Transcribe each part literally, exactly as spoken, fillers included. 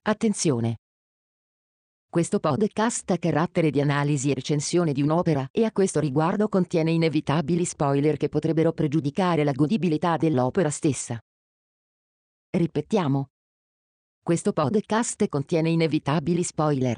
Attenzione! Questo podcast ha carattere di analisi e recensione di un'opera e a questo riguardo contiene inevitabili spoiler che potrebbero pregiudicare la godibilità dell'opera stessa. Ripetiamo. Questo podcast contiene inevitabili spoiler.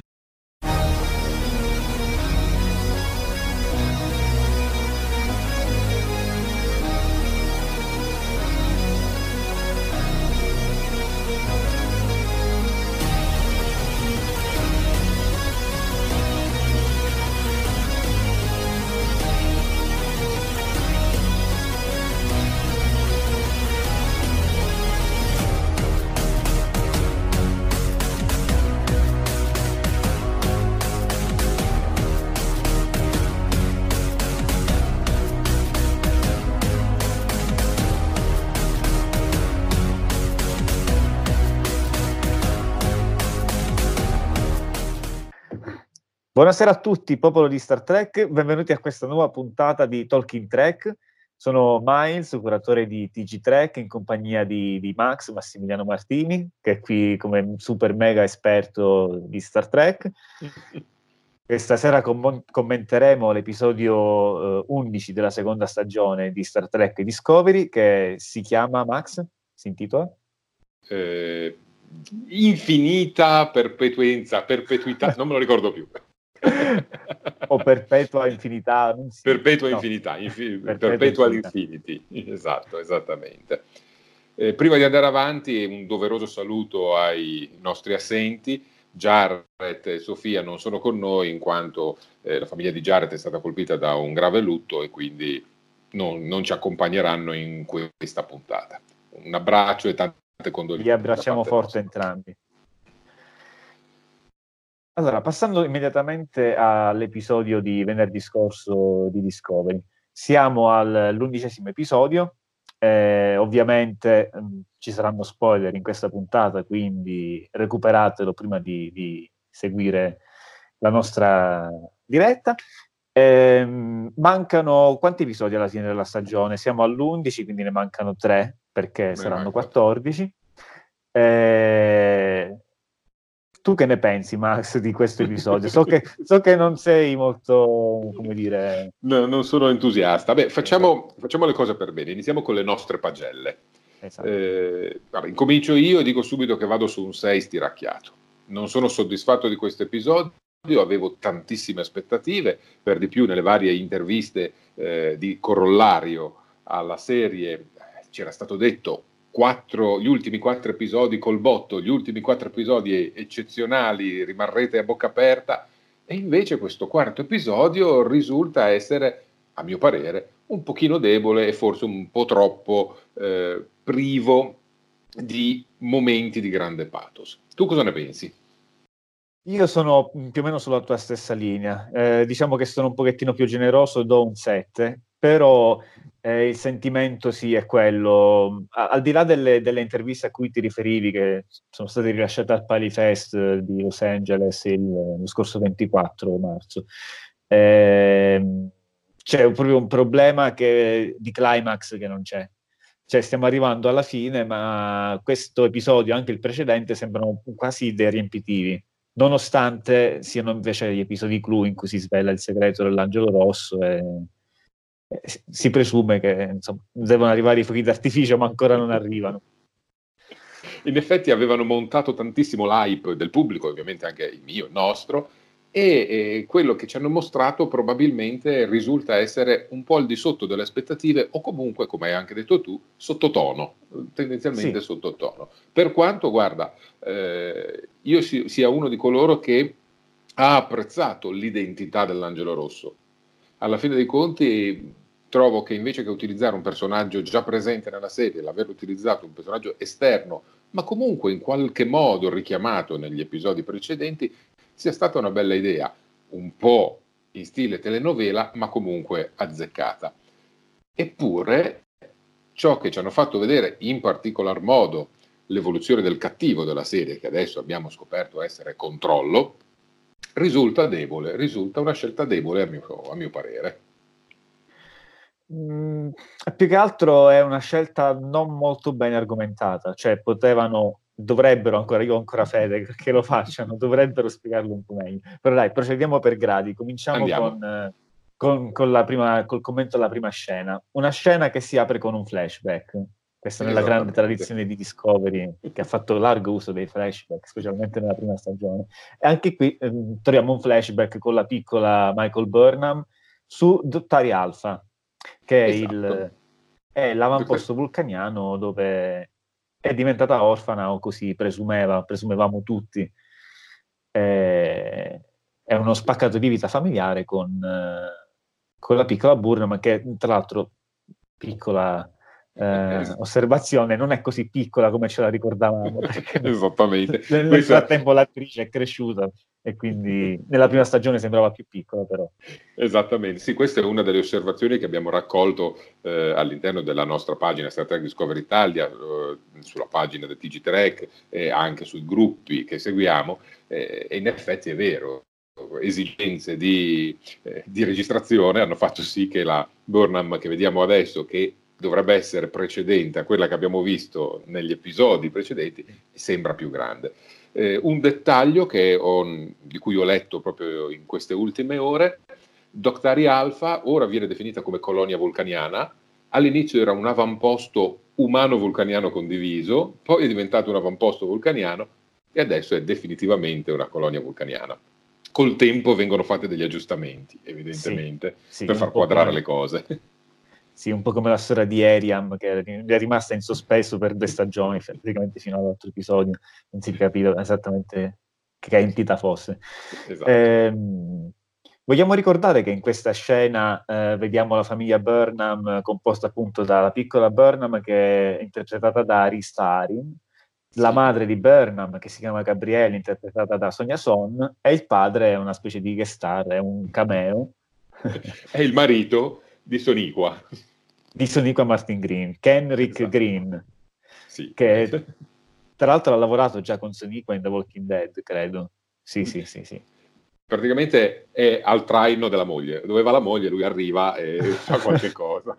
Buonasera a tutti, popolo di Star Trek, benvenuti a questa nuova puntata di Talking Trek. Sono Miles, curatore di T G Trek, in compagnia di, di Max, Massimiliano Martini, che è qui come super mega esperto di Star Trek. Questa sera com- commenteremo l'episodio eh, undici della seconda stagione di Star Trek Discovery, che si chiama, Max, si intitola? Eh, infinita perpetuenza, perpetuità, non me lo ricordo più. O perpetua infinità, non si... perpetua no. infinità, infi... perpetua perpetual infinità. infinity, esatto, esattamente. Eh, prima di andare avanti, un doveroso saluto ai nostri assenti. Jared e Sofia non sono con noi in quanto eh, la famiglia di Jared è stata colpita da un grave lutto e quindi non, non ci accompagneranno in questa puntata. Un abbraccio e tante condoglianze. Li abbracciamo forte entrambi. Allora, passando immediatamente all'episodio di venerdì scorso di Discovery, siamo all'undicesimo episodio, eh, ovviamente mh, ci saranno spoiler in questa puntata, quindi recuperatelo prima di, di seguire la nostra diretta. Eh, mancano quanti episodi alla fine della stagione? Siamo all'undici, quindi ne mancano tre, perché Me saranno manca. quattordici. Eh, tu che ne pensi, Max, di questo episodio? So che, so che non sei molto, come dire... No, non sono entusiasta. Beh, facciamo, facciamo le cose per bene. Iniziamo con le nostre pagelle. Esatto. Eh, vabbè, incomincio io e dico subito che vado su un sei stiracchiato. Non sono soddisfatto di questo episodio, avevo tantissime aspettative, per di più nelle varie interviste eh, di corollario alla serie eh, c'era stato detto quattro, gli ultimi quattro episodi col botto, gli ultimi quattro episodi eccezionali, rimarrete a bocca aperta, e invece questo quarto episodio risulta essere, a mio parere, un pochino debole e forse un po' troppo eh, privo di momenti di grande pathos. Tu cosa ne pensi? Io sono più o meno sulla tua stessa linea. Eh, diciamo che sono un pochettino più generoso, do un sette, però eh, il sentimento sì è quello. A- al di là delle, delle interviste a cui ti riferivi, che sono state rilasciate al Palifest di Los Angeles il, lo scorso ventiquattro marzo, ehm, c'è proprio un problema che, di climax che non c'è. Cioè, stiamo arrivando alla fine, ma questo episodio, anche il precedente, sembrano quasi dei riempitivi, nonostante siano invece gli episodi clou in cui si svela il segreto dell'angelo rosso e, e si presume che insomma, devono arrivare i fuochi d'artificio, ma ancora non arrivano. In effetti avevano montato tantissimo l'hype del pubblico, ovviamente anche il mio, il nostro, e eh, quello che ci hanno mostrato probabilmente risulta essere un po' al di sotto delle aspettative o comunque, come hai anche detto tu, sottotono, tendenzialmente Sì. sottotono. Per quanto, guarda, eh, io si, sia uno di coloro che ha apprezzato l'identità dell'angelo rosso. Alla fine dei conti trovo che invece che utilizzare un personaggio già presente nella serie, l'aver utilizzato un personaggio esterno, ma comunque in qualche modo richiamato negli episodi precedenti, sia stata una bella idea, un po' in stile telenovela, ma comunque azzeccata. Eppure, ciò che ci hanno fatto vedere in particolar modo l'evoluzione del cattivo della serie, che adesso abbiamo scoperto essere Controllo, risulta debole, risulta una scelta debole a mio, a mio parere. Mm, più che altro è una scelta non molto ben argomentata, cioè potevano dovrebbero ancora, io ho ancora fede che lo facciano, dovrebbero spiegarlo un po' meglio. Però dai, procediamo per gradi, cominciamo con, eh, con, con la prima, col commento alla prima scena. Una scena che si apre con un flashback. Questa nella grande tradizione di Discovery, che ha fatto largo uso dei flashback, specialmente nella prima stagione. E anche qui eh, troviamo un flashback con la piccola Michael Burnham su Dottari Alpha, che è, esatto. il, è l'avamposto vulcaniano dove è diventata orfana, o così presumeva, presumevamo tutti. È, è uno spaccato di vita familiare con, eh, con la piccola Burnham, che tra l'altro, piccola eh, osservazione, non è così piccola come ce la ricordavamo, perché esattamente. nel, nel frattempo l'attrice è cresciuta e quindi nella prima stagione sembrava più piccola, però. Esattamente, sì, questa è una delle osservazioni che abbiamo raccolto eh, all'interno della nostra pagina Star Trek Discovery Italia, eh, sulla pagina del T G Trek e anche sui gruppi che seguiamo, eh, e in effetti è vero, esigenze di, eh, di registrazione hanno fatto sì che la Burnham che vediamo adesso, che dovrebbe essere precedente a quella che abbiamo visto negli episodi precedenti, sembra più grande. Eh, un dettaglio che ho, di cui ho letto proprio in queste ultime ore: Dottari Alpha ora viene definita come colonia vulcaniana. All'inizio era un avamposto umano-vulcaniano condiviso, poi è diventato un avamposto vulcaniano e adesso è definitivamente una colonia vulcaniana. Col tempo vengono fatti degli aggiustamenti, evidentemente, sì, sì, per far quadrare come... le cose. Sì, un po' come la storia di Eriam, che è rimasta in sospeso per due stagioni, praticamente fino all'altro episodio, non si capiva esattamente che entità fosse. Esatto. Ehm, vogliamo ricordare che in questa scena eh, vediamo la famiglia Burnham, composta appunto dalla piccola Burnham, che è interpretata da Arista Arin, la sì. madre di Burnham, che si chiama Gabrielle, interpretata da Sonia Son, e il padre è una specie di guest star, è un cameo. È il marito di Soniqua. Di Soniqua Martin Green, Kenrick esatto. Green, sì. che tra l'altro ha lavorato già con Soniqua in The Walking Dead, credo. Sì, sì, sì, sì. Praticamente è al traino della moglie. Dove va la moglie, lui arriva e fa qualche cosa.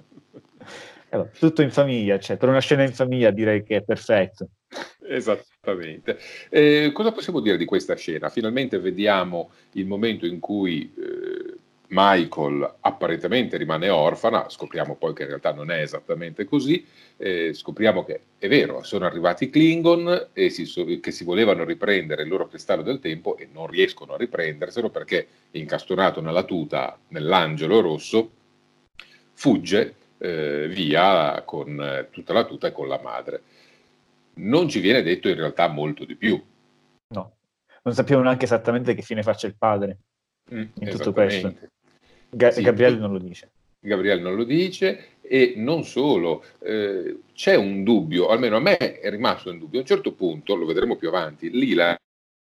Allora, tutto in famiglia, cioè per una scena in famiglia direi che è perfetto. Esattamente. Eh, cosa possiamo dire di questa scena? Finalmente vediamo il momento in cui eh, Michael apparentemente rimane orfana, scopriamo poi che in realtà non è esattamente così, eh, scopriamo che è vero, sono arrivati i Klingon e si so, che si volevano riprendere il loro cristallo del tempo e non riescono a riprenderselo perché incastonato nella tuta, nell'angelo rosso, fugge eh, via con eh, tutta la tuta e con la madre. Non ci viene detto in realtà molto di più. No, non sappiamo neanche esattamente che fine faccia il padre mm, in tutto questo. Ga- sì, Gabriele non lo dice. Gabriele non lo dice, e non solo, eh, c'è un dubbio, almeno a me è rimasto un dubbio. A un certo punto, lo vedremo più avanti, Leland,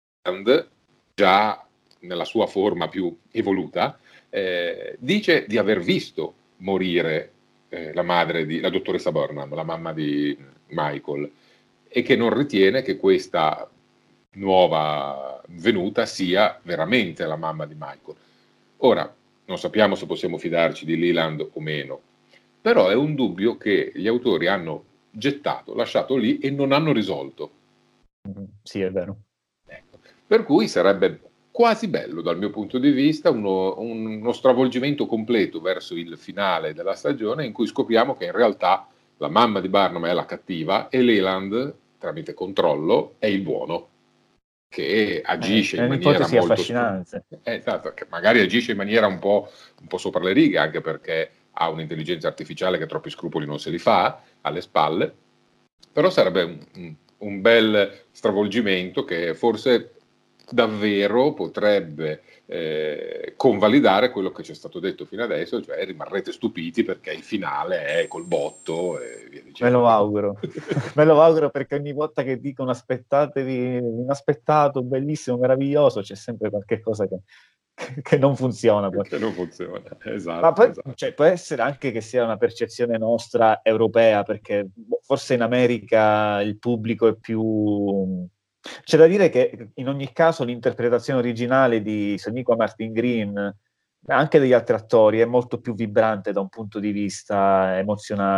già nella sua forma più evoluta, eh, dice di aver visto morire eh, la madre di, la dottoressa Burnham, la mamma di Michael, e che non ritiene che questa nuova venuta sia veramente la mamma di Michael. Ora, non sappiamo se possiamo fidarci di Leland o meno, però è un dubbio che gli autori hanno gettato, lasciato lì e non hanno risolto. Mm-hmm. Sì, è vero. Ecco. Per cui sarebbe quasi bello dal mio punto di vista uno, uno stravolgimento completo verso il finale della stagione in cui scopriamo che in realtà la mamma di Burnham è la cattiva e Leland, tramite controllo, è il buono, che agisce eh, in maniera molto affascinante. Eh, esatto, che magari agisce in maniera un po', un po' sopra le righe, anche perché ha un'intelligenza artificiale che troppi scrupoli non se li fa alle spalle, però sarebbe un, un, un bel stravolgimento che forse davvero potrebbe eh, convalidare quello che ci è stato detto fino adesso, cioè rimarrete stupiti perché il finale è col botto e via dicendo. Me lo auguro, me lo auguro, perché ogni volta che dicono aspettatevi inaspettato, bellissimo, meraviglioso, c'è sempre qualche cosa che, che non funziona. Poi. Che non funziona, esatto. Ma poi, esatto. Cioè, può essere anche che sia una percezione nostra europea, perché forse in America il pubblico è più... C'è da dire che in ogni caso l'interpretazione originale di Soniqua Martin Green, anche degli altri attori, è molto più vibrante da un punto di vista emozionale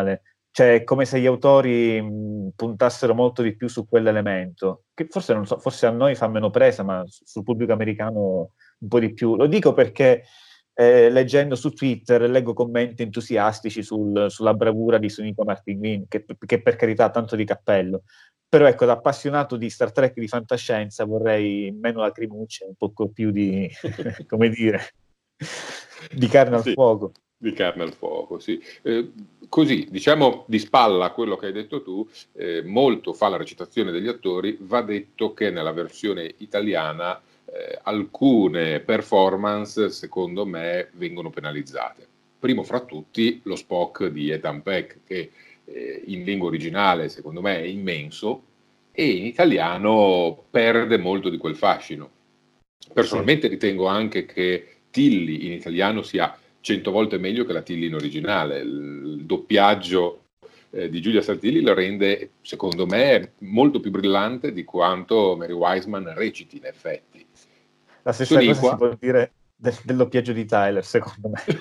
cioè è come se gli autori mh, puntassero molto di più su quell'elemento, che forse non so, forse a noi fa meno presa, ma su- sul pubblico americano un po' di più. Lo dico perché eh, leggendo su Twitter leggo commenti entusiastici sul- sulla bravura di Sonequa Martin, che, che per carità tanto di cappello. Però ecco, da appassionato di Star Trek di fantascienza vorrei meno lacrimucce, un po' più di, come dire, di carne al Sì, fuoco. di carne al fuoco, sì. Eh, così, diciamo di spalla a quello che hai detto tu, eh, molto fa la recitazione degli attori, va detto che nella versione italiana eh, alcune performance, secondo me, vengono penalizzate. Primo fra tutti lo Spock di Ethan Peck, che eh, in lingua originale, secondo me, è immenso, e in italiano perde molto di quel fascino. Personalmente sì, ritengo anche che Tilly in italiano sia cento volte meglio che la Tilly in originale. Il doppiaggio eh, di Giulia Saltilli lo rende, secondo me, molto più brillante di quanto Mary Wiseman reciti in effetti. La stessa Sonequa, cosa si può dire del, del doppiaggio di Tyler, secondo me.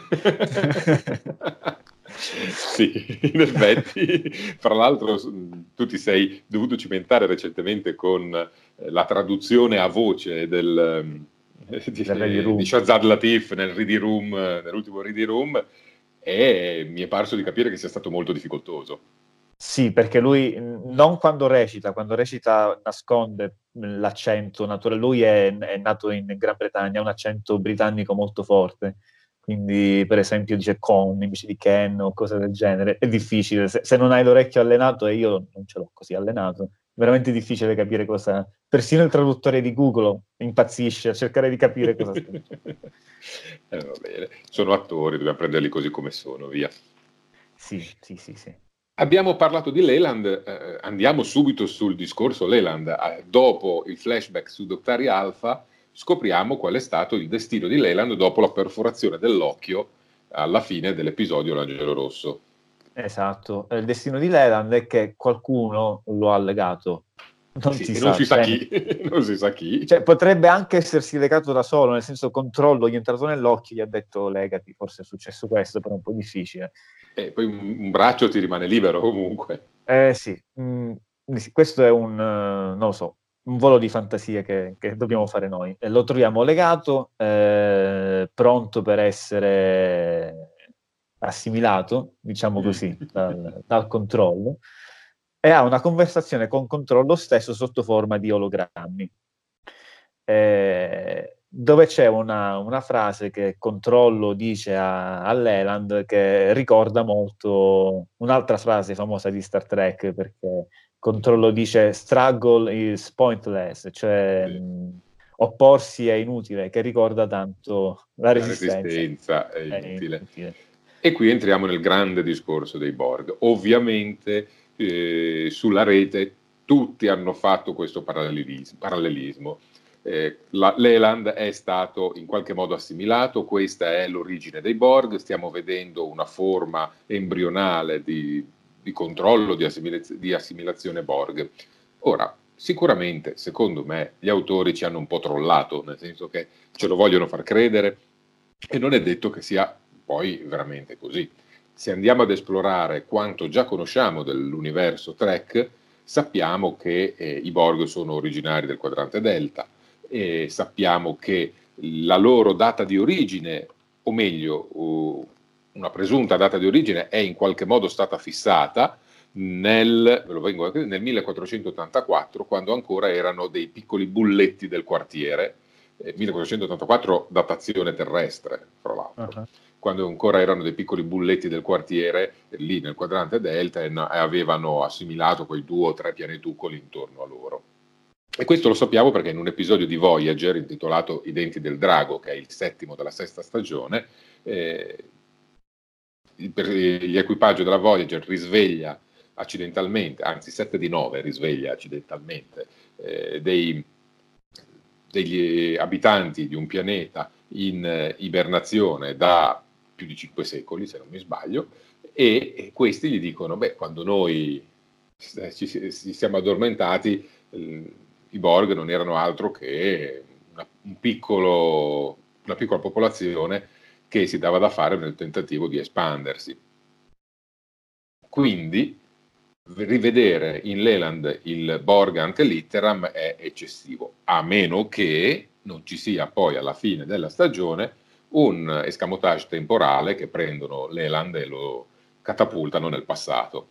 Sì, in effetti, fra l'altro tu ti sei dovuto cimentare recentemente con eh, la traduzione a voce del, eh, di, di Shazad Latif nel Ready Room, nell'ultimo Ready Room, e mi è parso di capire che sia stato molto difficoltoso. Sì, perché lui non quando recita, quando recita nasconde l'accento naturale. Lui è, è nato in Gran Bretagna, ha un accento britannico molto forte. Quindi, per esempio, dice con invece di Ken o cose del genere. È difficile, se, se non hai l'orecchio allenato, e io non ce l'ho così allenato, è veramente difficile capire cosa... Persino il traduttore di Google impazzisce a cercare di capire cosa sta dicendo. Eh, va bene. Sono attori, dobbiamo prenderli così come sono, via. Sì, sì, sì, sì. Abbiamo parlato di Leland, eh, andiamo subito sul discorso Leland. Eh, dopo il flashback su Dottari Alpha, scopriamo qual è stato il destino di Leland dopo la perforazione dell'occhio alla fine dell'episodio L'Angelo Rosso. Esatto, il destino di Leland è che qualcuno lo ha legato, non sì, si e sa, non si sa bene. chi, non si sa chi. Cioè, potrebbe anche essersi legato da solo, nel senso controllo, gli è entrato nell'occhio, gli ha detto legati, forse è successo questo, però è un po' difficile. E poi un, un braccio ti rimane libero comunque. Eh sì, mm, sì, questo è un, uh, non lo so, un volo di fantasia che, che dobbiamo fare noi. E lo troviamo legato, eh, pronto per essere assimilato, diciamo così, dal, dal controllo, e ha una conversazione con controllo stesso sotto forma di ologrammi. Eh, dove c'è una, una frase che Controllo dice a, a Leland che ricorda molto un'altra frase famosa di Star Trek, perché Controllo dice struggle is pointless, cioè Sì. mh, opporsi è inutile, che ricorda tanto la La resistenza. resistenza è È inutile. inutile. E qui entriamo nel grande discorso dei Borg. Ovviamente eh, sulla rete tutti hanno fatto questo parallelismo. parallelismo. Eh, la, Leland è stato in qualche modo assimilato, questa è l'origine dei Borg, stiamo vedendo una forma embrionale di, di controllo, di, assimilaz- di assimilazione Borg. Ora, sicuramente, secondo me, gli autori ci hanno un po' trollato, nel senso che ce lo vogliono far credere e non è detto che sia poi veramente così. Se andiamo ad esplorare quanto già conosciamo dell'universo Trek, sappiamo che eh, i Borg sono originari del quadrante Delta e sappiamo che la loro data di origine, o meglio, uh, una presunta data di origine è in qualche modo stata fissata nel, ve lo vengo, nel millequattrocentottantaquattro, quando ancora erano dei piccoli bulletti del quartiere, eh, millequattrocentottantaquattro datazione terrestre, fra l'altro. Uh-huh. Quando ancora erano dei piccoli bulletti del quartiere, lì nel quadrante Delta, e avevano assimilato quei due o tre pianetucoli intorno a loro. E questo lo sappiamo perché in un episodio di Voyager intitolato I denti del drago, che è il settimo della sesta stagione, eh, l'equipaggio della Voyager risveglia accidentalmente, anzi sette di nove risveglia accidentalmente eh, dei, degli abitanti di un pianeta in eh, ibernazione da più di cinque secoli, se non mi sbaglio, e, e questi gli dicono, beh, quando noi ci, ci siamo addormentati, eh, i Borg non erano altro che una, un piccolo, una piccola popolazione che si dava da fare nel tentativo di espandersi. Quindi rivedere in Leland il Borg ante litteram è eccessivo, a meno che non ci sia poi alla fine della stagione un escamotage temporale che prendono Leland e lo catapultano nel passato.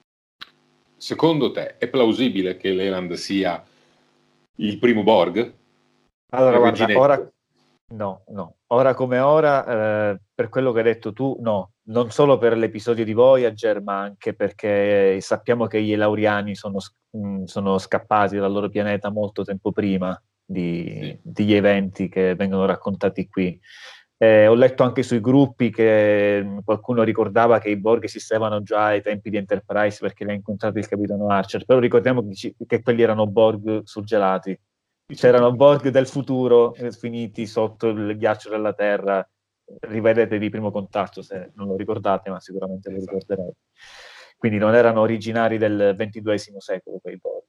Secondo te è plausibile che Leland sia il primo Borg? Allora, guarda, ora no, no. Ora come ora, eh, per quello che hai detto tu, no. Non solo per l'episodio di Voyager, ma anche perché sappiamo che gli Elauriani sono, mh, sono scappati dal loro pianeta molto tempo prima di, Sì. degli eventi che vengono raccontati qui. Eh, ho letto anche sui gruppi che mh, qualcuno ricordava che i Borg esistevano già ai tempi di Enterprise perché li ha incontrati il capitano Archer, però ricordiamo che, ci- che quelli erano Borg surgelati. C'erano Borg del futuro eh, finiti sotto il ghiaccio della Terra. Rivedete di Primo Contatto se non lo ricordate, ma sicuramente lo Esatto. ricorderete. Quindi non erano originari del ventiduesimo secolo quei Borg.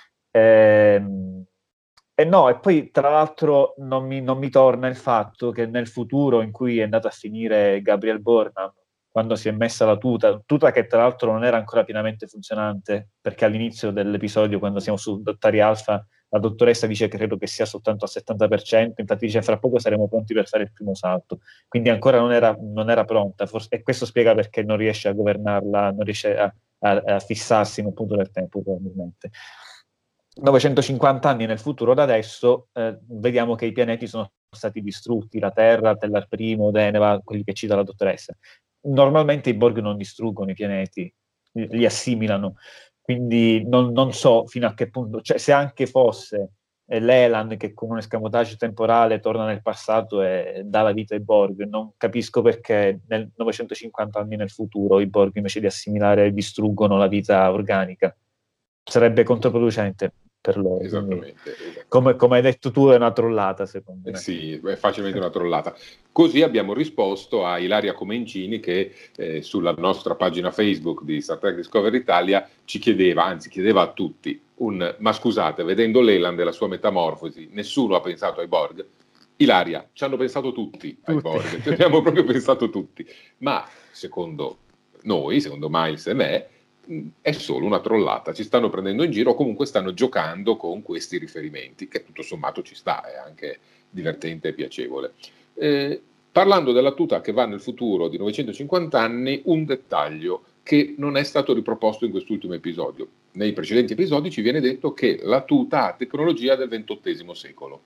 Ehm, E no, e poi tra l'altro non mi, non mi torna il fatto che nel futuro in cui è andato a finire Gabriel Burnham, quando si è messa la tuta, tuta che tra l'altro non era ancora pienamente funzionante, perché all'inizio dell'episodio, quando siamo su Dottari Alpha, la dottoressa dice che credo che sia soltanto al settanta per cento, infatti dice fra poco saremo pronti per fare il primo salto, quindi ancora non era, non era pronta, forse, e questo spiega perché non riesce a governarla, non riesce a, a, a fissarsi in un punto del tempo probabilmente. novecentocinquanta anni nel futuro da adesso, eh, vediamo che i pianeti sono stati distrutti, la Terra, Tellar I, Deneva, quelli che cita la dottoressa. Normalmente i Borg non distruggono i pianeti, li assimilano, quindi non, non so fino a che punto, cioè se anche fosse eh, Leland che con un escamotage temporale torna nel passato e dà la vita ai Borg, non capisco perché nel novecentocinquanta anni nel futuro i Borg invece di assimilare distruggono la vita organica. Sarebbe controproducente per loro. Esattamente, esattamente. Come, come hai detto tu, è una trollata, secondo Eh me. sì, è facilmente una trollata. Così abbiamo risposto a Ilaria Comencini che eh, sulla nostra pagina Facebook di Star Trek Discovery Italia ci chiedeva, anzi chiedeva a tutti, un ma scusate, vedendo Leland e la sua metamorfosi, nessuno ha pensato ai Borg? Ilaria, ci hanno pensato tutti ai Tutti. Borg, ci abbiamo proprio pensato tutti, ma secondo noi, secondo Miles e me, è solo una trollata, ci stanno prendendo in giro o comunque stanno giocando con questi riferimenti, che tutto sommato ci sta, è anche divertente e piacevole. Eh, parlando della tuta che va nel futuro di novecentocinquanta anni, un dettaglio che non è stato riproposto in quest'ultimo episodio. Nei precedenti episodi ci viene detto che la tuta ha tecnologia del ventottesimo secolo,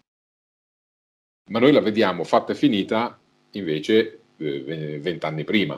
ma noi la vediamo fatta e finita invece eh, vent'anni prima.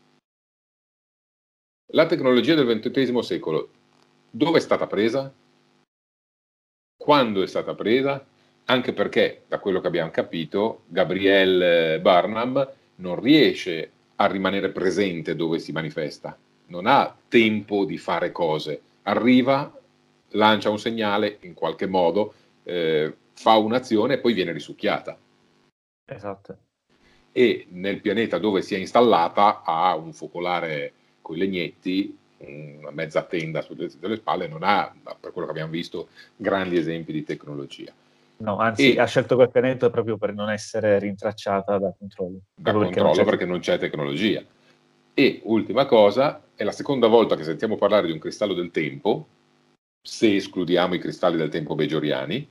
La tecnologia del ventottesimo secolo dove è stata presa? Quando è stata presa? Anche perché, da quello che abbiamo capito, Gabriel Burnham non riesce a rimanere presente dove si manifesta, non ha tempo di fare cose, arriva, lancia un segnale in qualche modo, eh, fa un'azione e poi viene risucchiata. Esatto. E nel pianeta dove si è installata ha un focolare con i legnetti, una mezza tenda sulle, sulle spalle, non ha, per quello che abbiamo visto, grandi esempi di tecnologia. No, anzi, E ha scelto quel pianeta proprio per non essere rintracciata da controllo. da Proprio perché non controllo c'è perché non c'è tecnologia. E ultima cosa, è la seconda volta che sentiamo parlare di un cristallo del tempo, se escludiamo i cristalli del tempo bejoriani,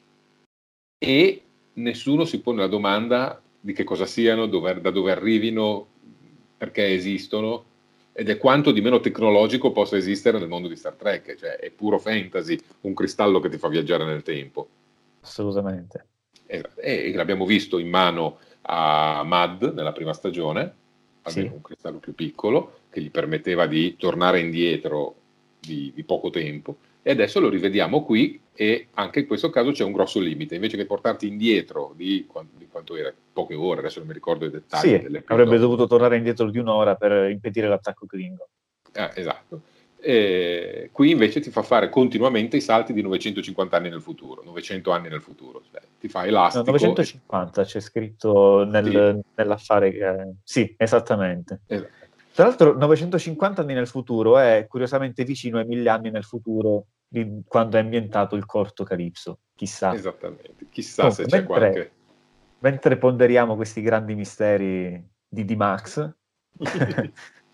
e nessuno si pone la domanda di che cosa siano, dove, da dove arrivino, perché esistono, ed è quanto di meno tecnologico possa esistere nel mondo di Star Trek, cioè è puro fantasy, un cristallo che ti fa viaggiare nel tempo. Assolutamente. E, e l'abbiamo visto in mano a Mad nella prima stagione, almeno Sì. un cristallo più piccolo, che gli permetteva di tornare indietro di, di poco tempo, e adesso lo rivediamo qui e anche in questo caso c'è un grosso limite, invece che portarti indietro di, di quanto era, poche ore, adesso non mi ricordo i dettagli Sì, dell'episodio. avrebbe dovuto tornare indietro di un'ora per impedire l'attacco Klingon. Eh, esatto. E qui invece ti fa fare continuamente i salti di novecentocinquanta anni nel futuro, novecento anni nel futuro, cioè, ti fa elastico. No, novecentocinquanta e... c'è scritto nel, sì. nell'affare. Che... Sì, esattamente. Esatto. Tra l'altro, novecentocinquanta anni nel futuro è curiosamente vicino ai mille anni nel futuro di quando è ambientato il corto Calypso. Chissà. Esattamente. Chissà Comunque, se c'è mentre, qualche. Mentre ponderiamo questi grandi misteri di D-Max,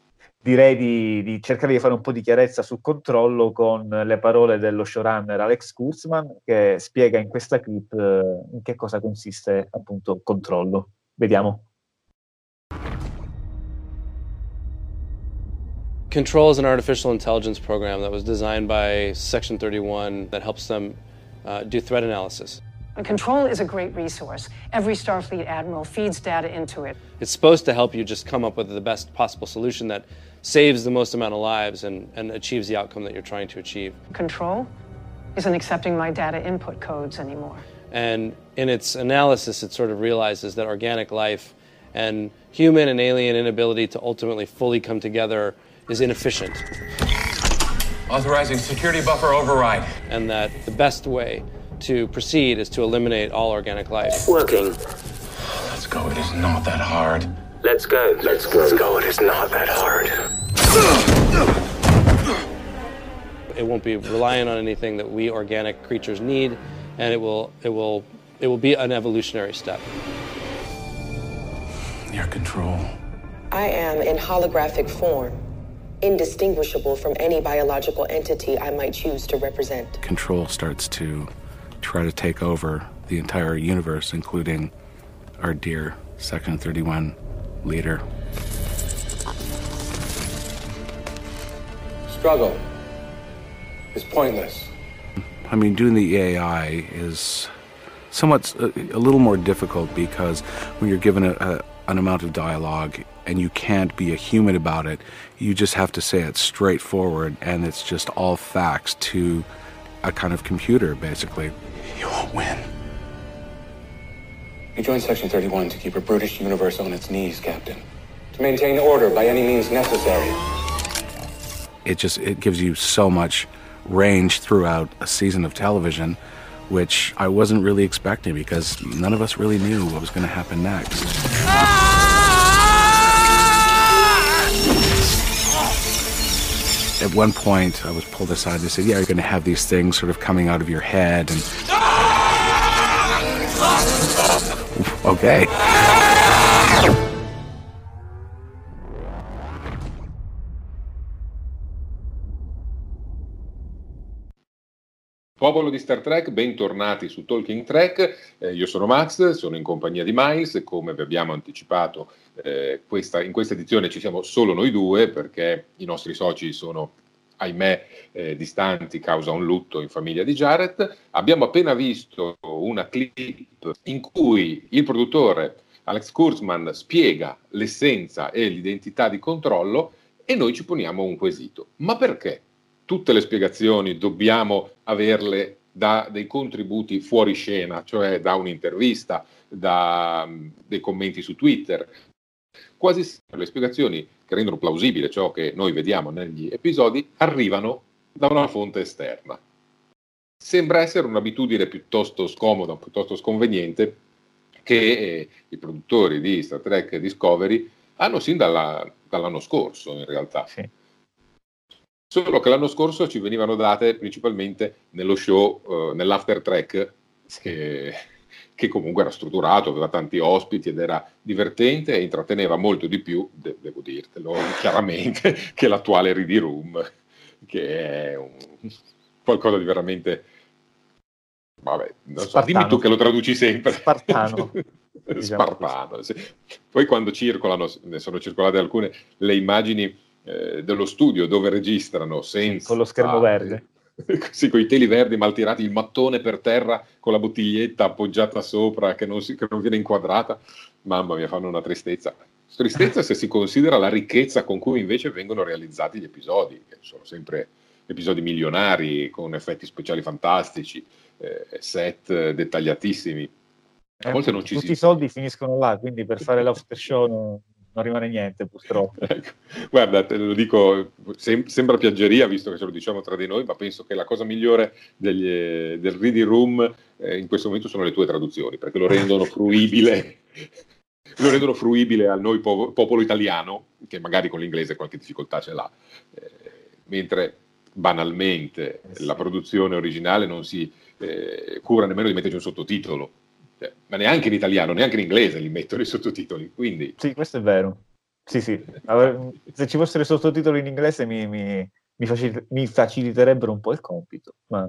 direi di, di cercare di fare un po' di chiarezza sul controllo con le parole dello showrunner Alex Kurtzman, che spiega in questa clip eh, in che cosa consiste appunto controllo. Vediamo. Control is an artificial intelligence program that was designed by Section thirty-one that helps them uh, do threat analysis. Control is a great resource. Every Starfleet admiral feeds data into it. It's supposed to help you just come up with the best possible solution that saves the most amount of lives and, and achieves the outcome that you're trying to achieve. Control isn't accepting my data input codes anymore. And in its analysis, it sort of realizes that organic life and human and alien inability to ultimately fully come together is inefficient. Authorizing security buffer override. And that the best way to proceed is to eliminate all organic life. Working. Let's go, it is not that hard. Let's go. Let's go. Let's go, it is not that hard. It won't be reliant on anything that we organic creatures need, and it will it will it will be an evolutionary step. Your control. I am in holographic form, indistinguishable from any biological entity I might choose to represent. Control starts to try to take over the entire universe, including our dear Section thirty-one leader. Struggle is pointless. I mean, doing the A I is somewhat a, a little more difficult because when you're given a, a, an amount of dialogue and you can't be a human about it, you just have to say it straightforward, and it's just all facts to a kind of computer, basically. You won't win. You joined Section thirty-one to keep a brutish universe on its knees, Captain. To maintain order by any means necessary. It just, it gives you so much range throughout a season of television, which I wasn't really expecting because none of us really knew what was going to happen next. At one point, I was pulled aside and they said, yeah, you're going to have these things sort of coming out of your head. And okay. Popolo di Star Trek, bentornati su Talking Trek, eh, io sono Max, sono in compagnia di Miles e come vi abbiamo anticipato eh, questa, in questa edizione ci siamo solo noi due perché i nostri soci sono, ahimè, eh, distanti causa un lutto in famiglia di Jared. Abbiamo appena visto una clip in cui il produttore Alex Kurtzman spiega l'essenza e l'identità di Controllo e noi ci poniamo un quesito. Ma perché? Tutte le spiegazioni dobbiamo averle da dei contributi fuori scena, cioè da un'intervista, da um, dei commenti su Twitter. Quasi sempre le spiegazioni che rendono plausibile ciò che noi vediamo negli episodi arrivano da una fonte esterna. Sembra essere un'abitudine piuttosto scomoda, piuttosto sconveniente, che eh, i produttori di Star Trek Discovery hanno sin dalla, dall'anno scorso, in realtà. Sì. Solo che l'anno scorso ci venivano date principalmente nello show, uh, nell'After Trek, che, che comunque era strutturato, aveva tanti ospiti ed era divertente e intratteneva molto di più, de- devo dirtelo chiaramente, che l'attuale Ready Room, che è un, qualcosa di veramente... Vabbè, non so, dimmi tu che lo traduci sempre. Spartano. Spartano, sì. Poi quando circolano, ne sono circolate alcune, le immagini eh, dello studio dove registrano senza... Con lo schermo verde. Sì, con i teli verdi mal tirati, il mattone per terra con la bottiglietta appoggiata sopra che non, si, che non viene inquadrata. Mamma mia, fanno una tristezza. Tristezza se si considera la ricchezza con cui invece vengono realizzati gli episodi, che sono sempre episodi milionari, con effetti speciali fantastici, eh, set dettagliatissimi. A volte non ci Tutti si... i soldi finiscono là, quindi per fare l'after show non, non rimane niente, purtroppo. Ecco. Guarda, te lo dico, sem- sembra piaggeria, visto che ce lo diciamo tra di noi, ma penso che la cosa migliore degli, del Reading Room eh, in questo momento sono le tue traduzioni, perché lo rendono fruibile... lo rendono fruibile a noi po- popolo italiano, che magari con l'inglese qualche difficoltà ce l'ha, eh, mentre banalmente sì. La produzione originale non si eh, cura nemmeno di metterci un sottotitolo, cioè, ma neanche in italiano, neanche in inglese li mettono i sottotitoli, quindi... Sì, questo è vero. Sì, sì. Allora, se ci fossero sottotitoli in inglese mi, mi, mi, facil- mi faciliterebbero un po' il compito. Ma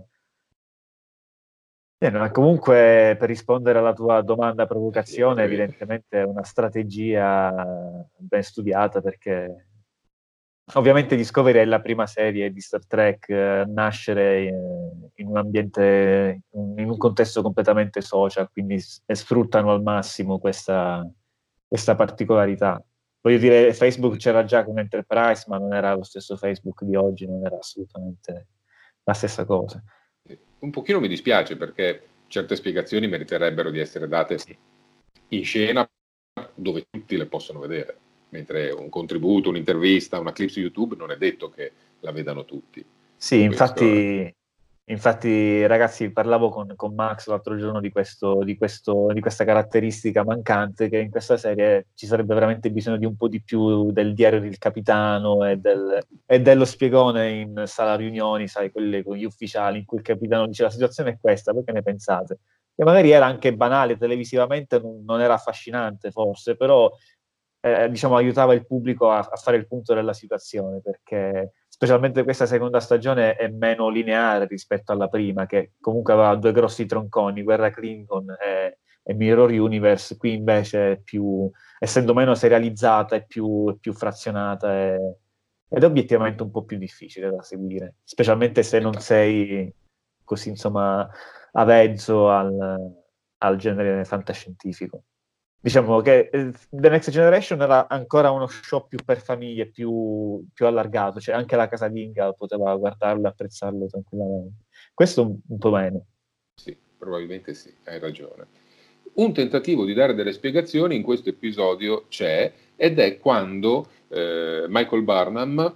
eh, no, comunque, per rispondere alla tua domanda provocazione, evidentemente è una strategia ben studiata, perché ovviamente Discovery è la prima serie di Star Trek a nascere in, in un ambiente, in un contesto completamente social, quindi s- sfruttano al massimo questa, questa particolarità. Voglio dire, Facebook c'era già con Enterprise, ma non era lo stesso Facebook di oggi, non era assolutamente la stessa cosa. Un pochino mi dispiace, perché certe spiegazioni meriterebbero di essere date Sì. in scena, dove tutti le possono vedere, mentre un contributo, un'intervista, una clip su YouTube non è detto che la vedano tutti. Sì, infatti, Questo... infatti ragazzi, parlavo con, con Max l'altro giorno di, questo, di, questo, di questa caratteristica mancante, che in questa serie ci sarebbe veramente bisogno di un po' di più del diario del capitano e, del, e dello spiegone in sala riunioni, sai, quelle con gli ufficiali, in cui il capitano dice: la situazione è questa, voi che ne pensate? E magari era anche banale, televisivamente non, non era affascinante forse, però eh, diciamo aiutava il pubblico a, a fare il punto della situazione, perché specialmente questa seconda stagione è meno lineare rispetto alla prima, che comunque aveva due grossi tronconi, Guerra Klingon e, e Mirror Universe. Qui invece è più, essendo meno serializzata, è più, è più frazionata e, ed è obiettivamente un po' più difficile da seguire, specialmente se non sei così, insomma, avvezzo al, al genere fantascientifico. Diciamo che eh, The Next Generation era ancora uno show più per famiglie, più, più allargato, cioè anche la casalinga poteva guardarlo e apprezzarlo tranquillamente. Questo un, un po' meno. Sì, probabilmente sì, hai ragione. Un tentativo di dare delle spiegazioni in questo episodio c'è, ed è quando eh, Michael Burnham,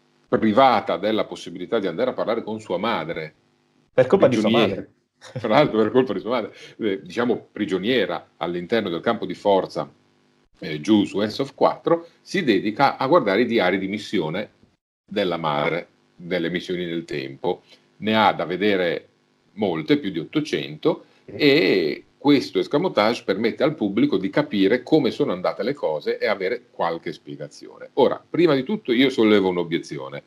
privata della possibilità di andare a parlare con sua madre, Per colpa di sua madre. Tra l'altro per colpa di sua madre, eh, diciamo prigioniera all'interno del campo di forza eh, giù su S O F quattro, si dedica a guardare i diari di missione della madre, delle missioni nel tempo. Ne ha da vedere molte, più di ottocento, e questo escamotage permette al pubblico di capire come sono andate le cose e avere qualche spiegazione. Ora, prima di tutto io sollevo un'obiezione.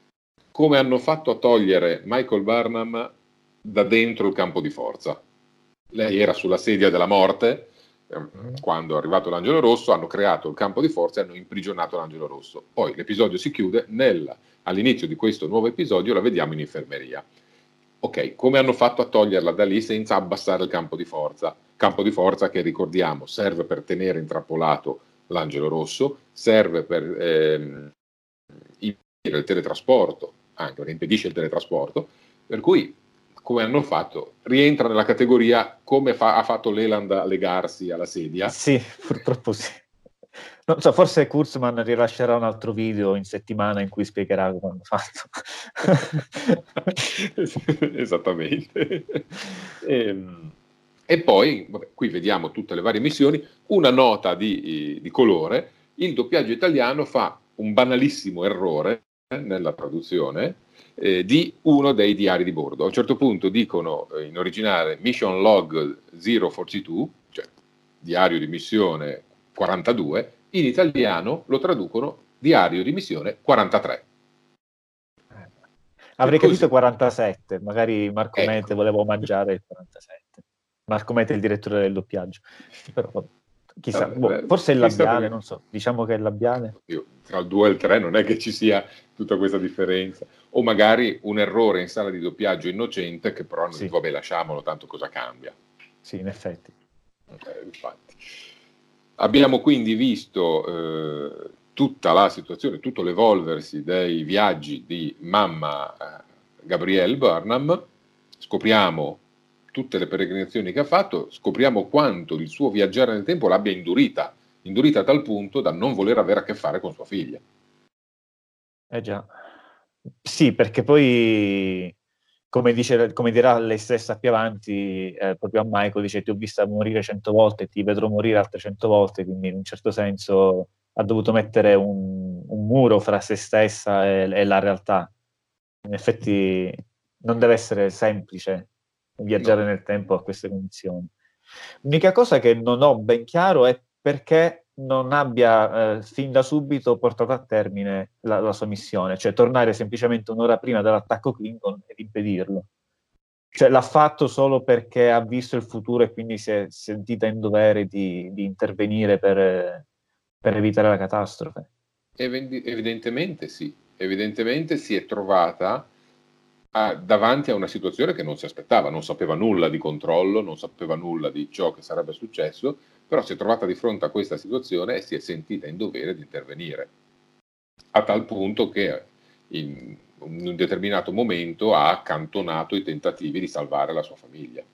Come hanno fatto a togliere Michael Burnham da dentro il campo di forza? Lei era sulla sedia della morte, eh, quando è arrivato l'Angelo Rosso, hanno creato il campo di forza e hanno imprigionato l'Angelo Rosso. Poi l'episodio si chiude, nel, all'inizio di questo nuovo episodio la vediamo in infermeria. Ok, come hanno fatto a toglierla da lì senza abbassare il campo di forza? Campo di forza che, ricordiamo, serve per tenere intrappolato l'Angelo Rosso, serve per ehm, impedire il teletrasporto, anche perché impedisce il teletrasporto, per cui come hanno fatto? Rientra nella categoria come fa, ha fatto Leland a legarsi alla sedia? Sì, purtroppo sì. Non so, forse Kurtzman rilascerà un altro video in settimana in cui spiegherà come hanno fatto. Esattamente. E, e poi, vabbè, qui vediamo tutte le varie missioni. Una nota di, di colore: il doppiaggio italiano fa un banalissimo errore eh, nella traduzione eh, di uno dei diari di bordo. A un certo punto dicono eh, in originale Mission Log zero quarantadue, cioè diario di missione quarantadue, in italiano lo traducono diario di missione quarantatré. Avrei così. capito quarantasette, magari Marco Ecco. Mete voleva omaggiare il quarantasette. Marco Mete è il direttore del doppiaggio. Però chissà, Vabbè, boh, beh, forse è il chissà labiale, perché- non so, diciamo che è il labiale. Io, tra il due e il tre non è che ci sia tutta questa differenza, o magari un errore in sala di doppiaggio innocente che però Sì. vabbè, lasciamolo, tanto cosa cambia. Sì, in effetti. Eh, infatti. Abbiamo quindi visto eh, tutta la situazione, tutto l'evolversi dei viaggi di mamma eh, Gabrielle Burnham. Scopriamo tutte le peregrinazioni che ha fatto, scopriamo quanto il suo viaggiare nel tempo l'abbia indurita, indurita a tal punto da non voler avere a che fare con sua figlia. Eh già. Sì, perché poi, come, dice, come dirà lei stessa più avanti, eh, proprio a Michael, dice: ti ho vista morire cento volte, ti vedrò morire altre cento volte, quindi in un certo senso ha dovuto mettere un, un muro fra se stessa e, e la realtà. In effetti non deve essere semplice viaggiare No. nel tempo a queste condizioni. L'unica cosa che non ho ben chiaro è perché non abbia eh, fin da subito portato a termine la, la sua missione, cioè tornare semplicemente un'ora prima dell'attacco Klingon ed impedirlo. Cioè l'ha fatto solo perché ha visto il futuro e quindi si è sentita in dovere di, di intervenire per, per evitare la catastrofe. Ev- evidentemente sì, evidentemente si è trovata a, davanti a una situazione che non si aspettava, non sapeva nulla di controllo, non sapeva nulla di ciò che sarebbe successo, però si è trovata di fronte a questa situazione e si è sentita in dovere di intervenire, a tal punto che in un determinato momento ha accantonato i tentativi di salvare la sua famiglia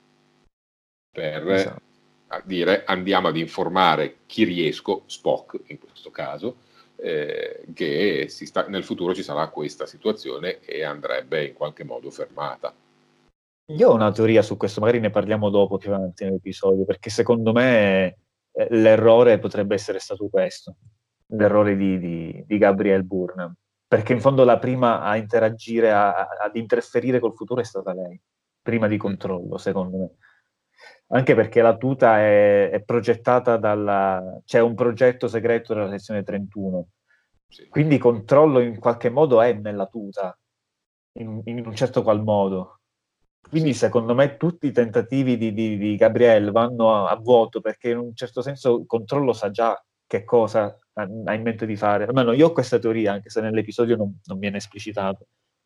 per Esatto. dire andiamo ad informare chi riesco, Spock in questo caso, eh, che si sta, nel futuro ci sarà questa situazione e andrebbe in qualche modo fermata. Io ho una teoria su questo, magari ne parliamo dopo più avanti nell'episodio, perché secondo me eh, l'errore potrebbe essere stato questo, l'errore di, di, di Gabrielle Burnham, perché in fondo la prima a interagire, a, a- ad interferire col futuro è stata lei, prima di Controllo, secondo me. Anche perché la tuta è, è progettata dalla... c'è un progetto segreto della sezione trentuno, Sì. quindi Controllo in qualche modo è nella tuta, in, in un certo qual modo. Quindi Sì. secondo me tutti i tentativi di, di, di Gabrielle vanno a, a vuoto, perché in un certo senso Controllo sa già che cosa ha, ha in mente di fare. Almeno io ho questa teoria, anche se nell'episodio non, non viene esplicitato.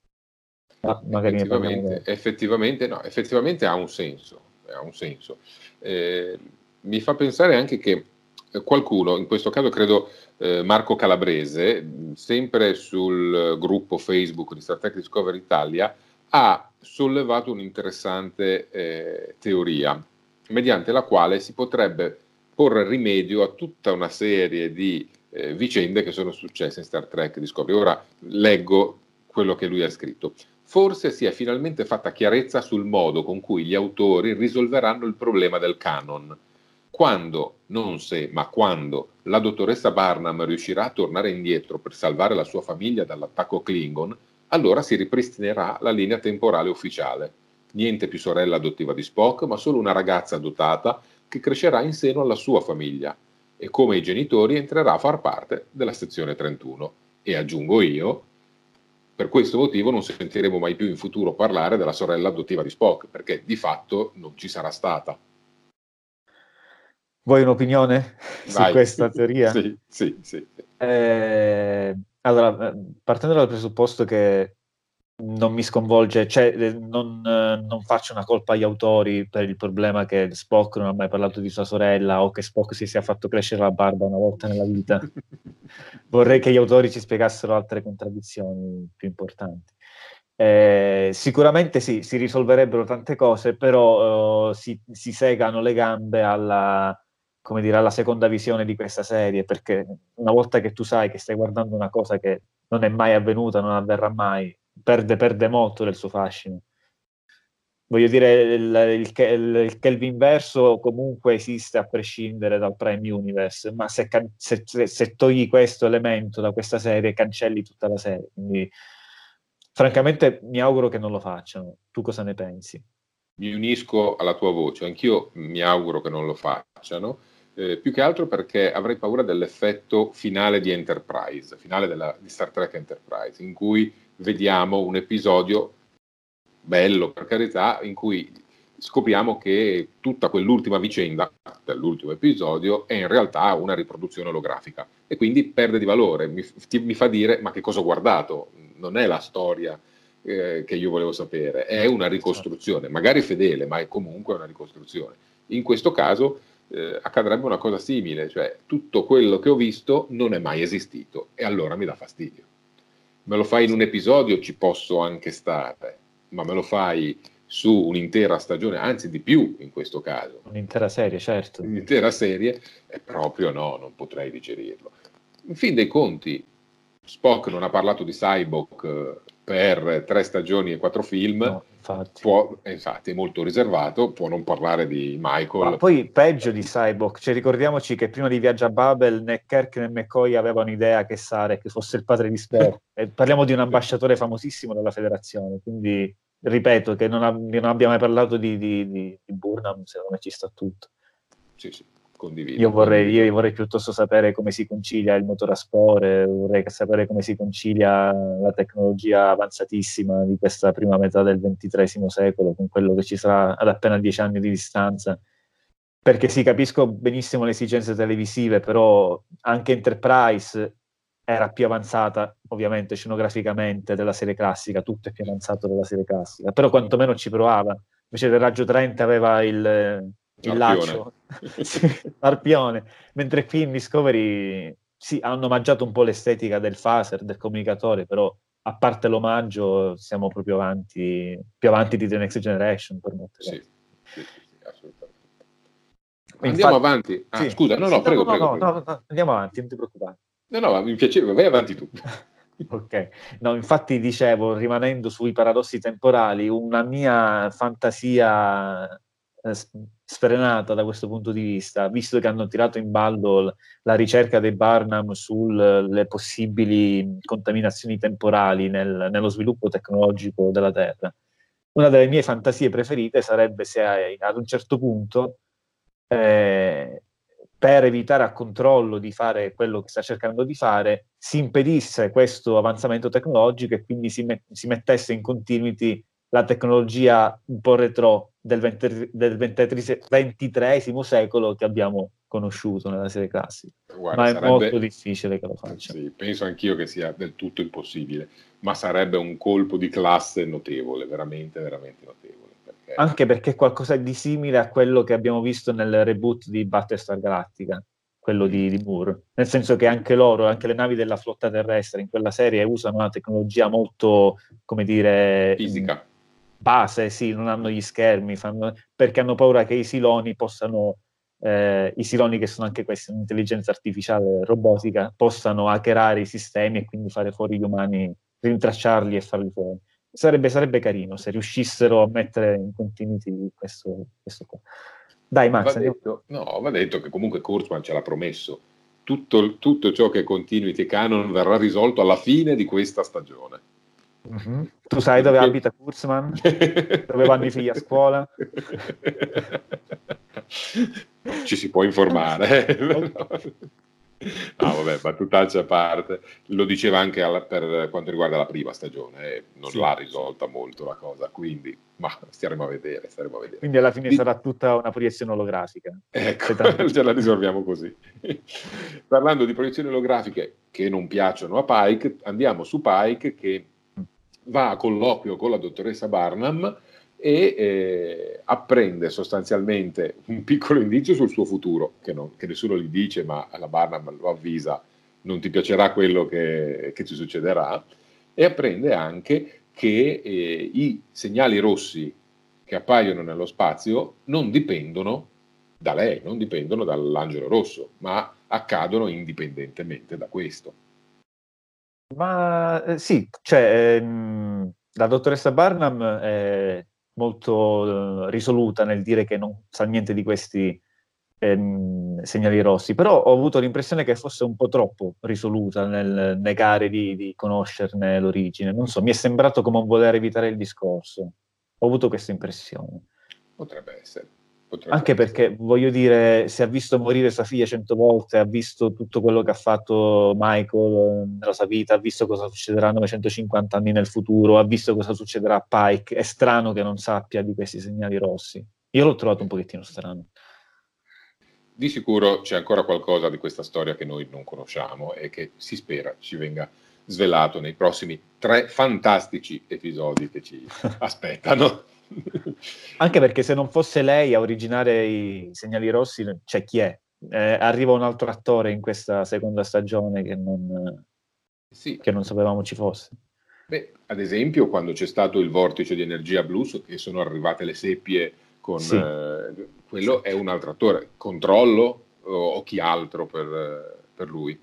Ma magari ne parliamo Effettivamente, dopo. effettivamente, no, effettivamente ha un senso, ha un senso. Eh, mi fa pensare anche che qualcuno, in questo caso credo eh, Marco Calabrese, sempre sul gruppo Facebook di Star Trek Discovery Italia, ha sollevato un'interessante eh, teoria, mediante la quale si potrebbe porre rimedio a tutta una serie di eh, vicende che sono successe in Star Trek Discovery. Ora leggo quello che lui ha scritto. Forse si è finalmente fatta chiarezza sul modo con cui gli autori risolveranno il problema del canon. Quando, non se, ma quando la dottoressa Barnum riuscirà a tornare indietro per salvare la sua famiglia dall'attacco Klingon, allora si ripristinerà la linea temporale ufficiale. Niente più sorella adottiva di Spock, ma solo una ragazza dotata che crescerà in seno alla sua famiglia e come i genitori entrerà a far parte della sezione trentuno. E aggiungo io, per questo motivo non sentiremo mai più in futuro parlare della sorella adottiva di Spock, perché di fatto non ci sarà stata. Vuoi un'opinione su Vai. questa teoria? Sì, sì, sì. Eh, allora, partendo dal presupposto che non mi sconvolge, cioè non, non faccio una colpa agli autori per il problema che Spock non ha mai parlato di sua sorella o che Spock si sia fatto crescere la barba una volta nella vita. Vorrei che gli autori ci spiegassero altre contraddizioni più importanti. Eh, sicuramente sì, si risolverebbero tante cose, però uh, si, si segano le gambe alla, come dire, alla seconda visione di questa serie, perché una volta che tu sai che stai guardando una cosa che non è mai avvenuta, non avverrà mai, perde, perde molto del suo fascino. Voglio dire, il, il, il, il Kelvin verso comunque esiste a prescindere dal Prime Universe, ma se, se, se togli questo elemento da questa serie, cancelli tutta la serie. Quindi, francamente, mi auguro che non lo facciano. Tu cosa ne pensi? Mi unisco alla tua voce, anch'io mi auguro che non lo facciano, eh, più che altro perché avrei paura dell'effetto finale di Enterprise, finale della, di Star Trek Enterprise, in cui vediamo un episodio bello, per carità, in cui scopriamo che tutta quell'ultima vicenda dell'ultimo episodio è in realtà una riproduzione olografica e quindi perde di valore, mi, mi fa dire ma che cosa ho guardato, non è la storia eh, che io volevo sapere, è una ricostruzione, magari fedele, ma è comunque una ricostruzione. In questo caso eh, accadrebbe una cosa simile, cioè tutto quello che ho visto non è mai esistito e allora mi dà fastidio. Me lo fai in un episodio, ci posso anche stare, ma me lo fai su un'intera stagione, anzi di più in questo caso. Un'intera serie, certo. Un'intera serie, è proprio no, non potrei digerirlo. In fin dei conti, Spock non ha parlato di Cyborg per tre stagioni e quattro film, no, infatti. Può, infatti è molto riservato, può non parlare di Michael. Ma poi peggio di Cyborg, cioè ricordiamoci che prima di Viaggio a Babel né Kirk né McCoy avevano idea che Sarek fosse il padre di Spock. E parliamo di un ambasciatore famosissimo della federazione, quindi ripeto che non, ab- non abbiamo mai parlato di, di, di, di Burnham, secondo me ci sta tutto. Sì, sì, Condivido. Io vorrei, condivido. io vorrei piuttosto sapere come si concilia il motore a spore, vorrei sapere come si concilia la tecnologia avanzatissima di questa prima metà del ventitreesimo secolo con quello che ci sarà ad appena dieci anni di distanza. Perché sì, capisco benissimo le esigenze televisive, però anche Enterprise era più avanzata, ovviamente, scenograficamente della serie classica, tutto è più avanzato della serie classica, però quantomeno ci provava. Invece del Raggio trenta aveva il... il laccio, sì, l'arpione, mentre qui in Discovery sì, hanno omaggiato un po' l'estetica del phaser, del comunicatore, però a parte l'omaggio siamo proprio avanti, più avanti di The Next Generation per molte sì, cose. sì, sì, sì, assolutamente. Infatti, Andiamo avanti. Ah, sì. scusa, no, no, Sì, prego, no, prego, no, prego. no, no, andiamo avanti, non ti preoccupare. No, no, ma mi piaceva, vai avanti tu. Ok, no, infatti dicevo, rimanendo sui paradossi temporali, una mia fantasia eh, sfrenata da questo punto di vista, visto che hanno tirato in ballo la ricerca dei Barnum sulle possibili contaminazioni temporali nel, nello sviluppo tecnologico della Terra, una delle mie fantasie preferite sarebbe se ad un certo punto eh, per evitare a controllo di fare quello che sta cercando di fare, si impedisse questo avanzamento tecnologico e quindi si, met- si mettesse in continuity la tecnologia un po' retro del, venti- del ventitreesimo secolo che abbiamo conosciuto nella serie classica. Guarda, Ma è sarebbe... molto difficile che lo faccia. Sì, penso anch'io che sia del tutto impossibile, ma sarebbe un colpo di classe notevole, veramente, veramente notevole. Perché... Anche perché è qualcosa di simile a quello che abbiamo visto nel reboot di Battlestar Galactica, quello di, di Moore, nel senso che anche loro, anche le navi della flotta terrestre in quella serie usano una tecnologia molto, come dire, fisica, base, sì, non hanno gli schermi, fanno, perché hanno paura che i siloni possano, eh, i siloni che sono anche questi, un'intelligenza artificiale robotica, possano hackerare i sistemi e quindi fare fuori gli umani, rintracciarli e farli fuori. Sarebbe, sarebbe carino se riuscissero a mettere in continuity questo, questo qua. Dai Max, va detto, no, va detto che comunque Kurtzman ce l'ha promesso. Tutto, tutto ciò che è continuity canon verrà risolto alla fine di questa stagione. Mm-hmm. Tu sai dove Perché... abita Kurtzman? Dove vanno i figli a scuola? Ci si può informare. No, vabbè, battutaccia a parte, lo diceva anche alla, per quanto riguarda la prima stagione, eh, non sì. l'ha risolta molto la cosa, quindi ma staremo a vedere, staremo a vedere. Quindi alla fine Di... sarà tutta una proiezione olografica. Ecco, ce la risolviamo così. Parlando di proiezioni olografiche che non piacciono a Pike, andiamo su Pike che va a colloquio con la dottoressa Barnum e eh, apprende sostanzialmente un piccolo indizio sul suo futuro, che, non, che nessuno gli dice, ma la Barnum lo avvisa, non ti piacerà quello che, che ci succederà, e apprende anche che eh, i segnali rossi che appaiono nello spazio non dipendono da lei, non dipendono dall'angelo rosso, ma accadono indipendentemente da questo. Ma eh, sì, cioè ehm, la dottoressa Barnum è molto eh, risoluta nel dire che non sa niente di questi ehm, segnali rossi, però ho avuto l'impressione che fosse un po' troppo risoluta nel negare di, di conoscerne l'origine. Non so, mi è sembrato come un voler evitare il discorso. Ho avuto questa impressione. Potrebbe essere. Potrebbe Anche essere. perché, voglio dire, se ha visto morire sua figlia cento volte, ha visto tutto quello che ha fatto Michael nella sua vita, ha visto cosa succederà novecentocinquanta anni nel futuro, ha visto cosa succederà a Pike, è strano che non sappia di questi segnali rossi. Io l'ho trovato un pochettino strano. Di sicuro c'è ancora qualcosa di questa storia che noi non conosciamo e che si spera ci venga svelato nei prossimi tre fantastici episodi che ci aspettano. Anche perché se non fosse lei a originare i segnali rossi, c'è chi è? Eh, arriva un altro attore in questa seconda stagione che non, sì. che non sapevamo ci fosse. Beh, ad esempio, quando c'è stato il vortice di energia blu, che sono arrivate le seppie con sì. eh, quello sì. È un altro attore. Controllo o, o chi altro per, per lui?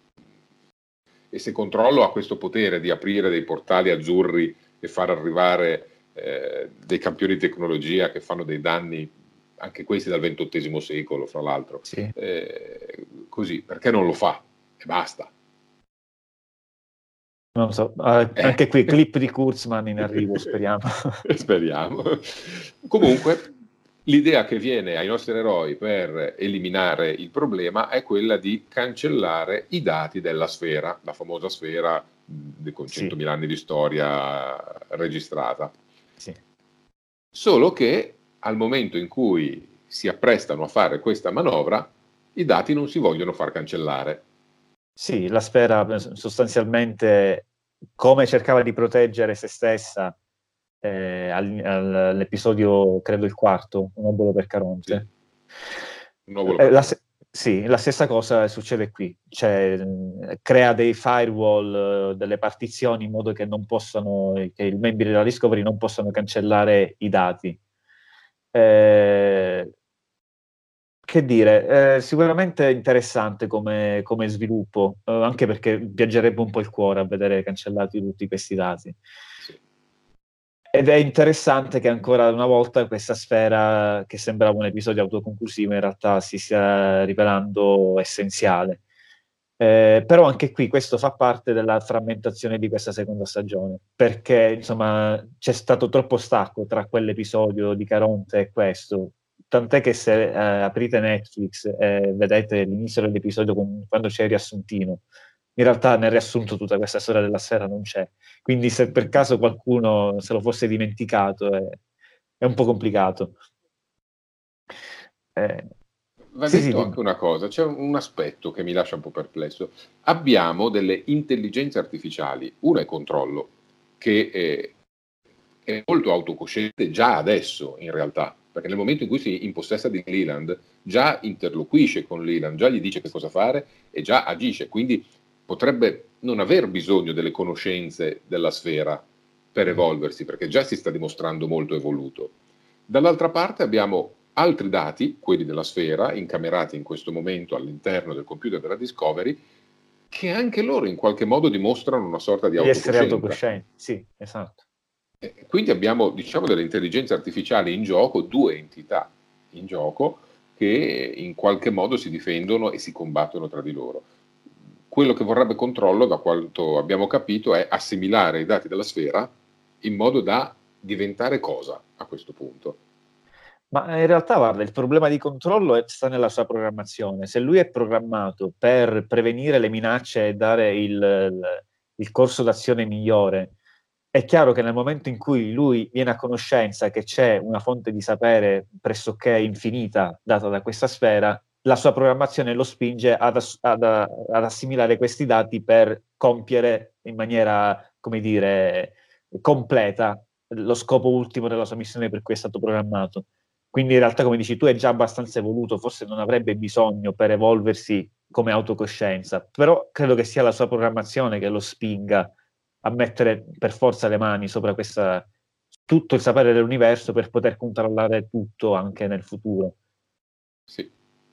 E se Controllo ha questo potere di aprire dei portali azzurri e far arrivare eh, dei campioni di tecnologia che fanno dei danni, anche questi dal ventottesimo secolo, fra l'altro, sì. eh, così, perché non lo fa? E basta. Non so, uh, eh. anche qui clip di Kurtzman in arrivo, speriamo. Speriamo. Comunque, L'idea che viene ai nostri eroi per eliminare il problema è quella di cancellare i dati della sfera, la famosa sfera mh, con centomila sì. anni di storia registrata. Sì. Solo che al momento in cui si apprestano a fare questa manovra, i dati non si vogliono far cancellare. Sì, la sfera sostanzialmente, come cercava di proteggere se stessa eh, all'episodio, credo il quarto, Un obolo per Caronte. Sì. Un obolo per eh, la, sì, la stessa cosa succede qui, cioè crea dei firewall, delle partizioni in modo che non possano, che i membri della Discovery non possano cancellare i dati. Eh, Che dire, eh, sicuramente interessante come, come sviluppo, eh, anche perché viaggerebbe un po' il cuore a vedere cancellati tutti questi dati. Sì. Ed è interessante che ancora una volta questa sfera, che sembrava un episodio autoconclusivo, in realtà si stia rivelando essenziale. Eh, però anche qui questo fa parte della frammentazione di questa seconda stagione, perché insomma c'è stato troppo stacco tra quell'episodio di Caronte e questo. Tant'è che se eh, aprite Netflix e vedete l'inizio dell'episodio con, quando c'è il riassuntino, in realtà nel riassunto tutta questa storia della sfera non c'è. Quindi se per caso qualcuno se lo fosse dimenticato è, è un po' complicato. Eh, Va sì, detto sì, anche una cosa, c'è un aspetto che mi lascia un po' perplesso. Abbiamo delle intelligenze artificiali, una è controllo, che è, è molto autocosciente già adesso in realtà, perché nel momento in cui si impossessa di Leland già interloquisce con Leland, già gli dice che cosa fare e già agisce, quindi potrebbe non aver bisogno delle conoscenze della sfera per evolversi, perché già si sta dimostrando molto evoluto. Dall'altra parte abbiamo altri dati, quelli della sfera, incamerati in questo momento all'interno del computer della Discovery, che anche loro in qualche modo dimostrano una sorta di, di autocoscienza. essere autocoscienti, sì, esatto. Quindi abbiamo, diciamo, delle intelligenze artificiali in gioco, due entità in gioco che in qualche modo si difendono e si combattono tra di loro. Quello che vorrebbe controllo, da quanto abbiamo capito, è assimilare i dati della sfera in modo da diventare cosa a questo punto? Ma in realtà, guarda, il problema di controllo è, sta nella sua programmazione. Se lui è programmato per prevenire le minacce e dare il, il, il corso d'azione migliore, è chiaro che nel momento in cui lui viene a conoscenza che c'è una fonte di sapere pressoché infinita data da questa sfera, la sua programmazione lo spinge ad, ass- ad, ad assimilare questi dati per compiere in maniera, come dire, completa lo scopo ultimo della sua missione per cui è stato programmato. Quindi in realtà, come dici tu, è già abbastanza evoluto, forse non avrebbe bisogno per evolversi come autocoscienza, però credo che sia la sua programmazione che lo spinga a mettere per forza le mani sopra questa, tutto il sapere dell'universo per poter controllare tutto anche nel futuro. Sì.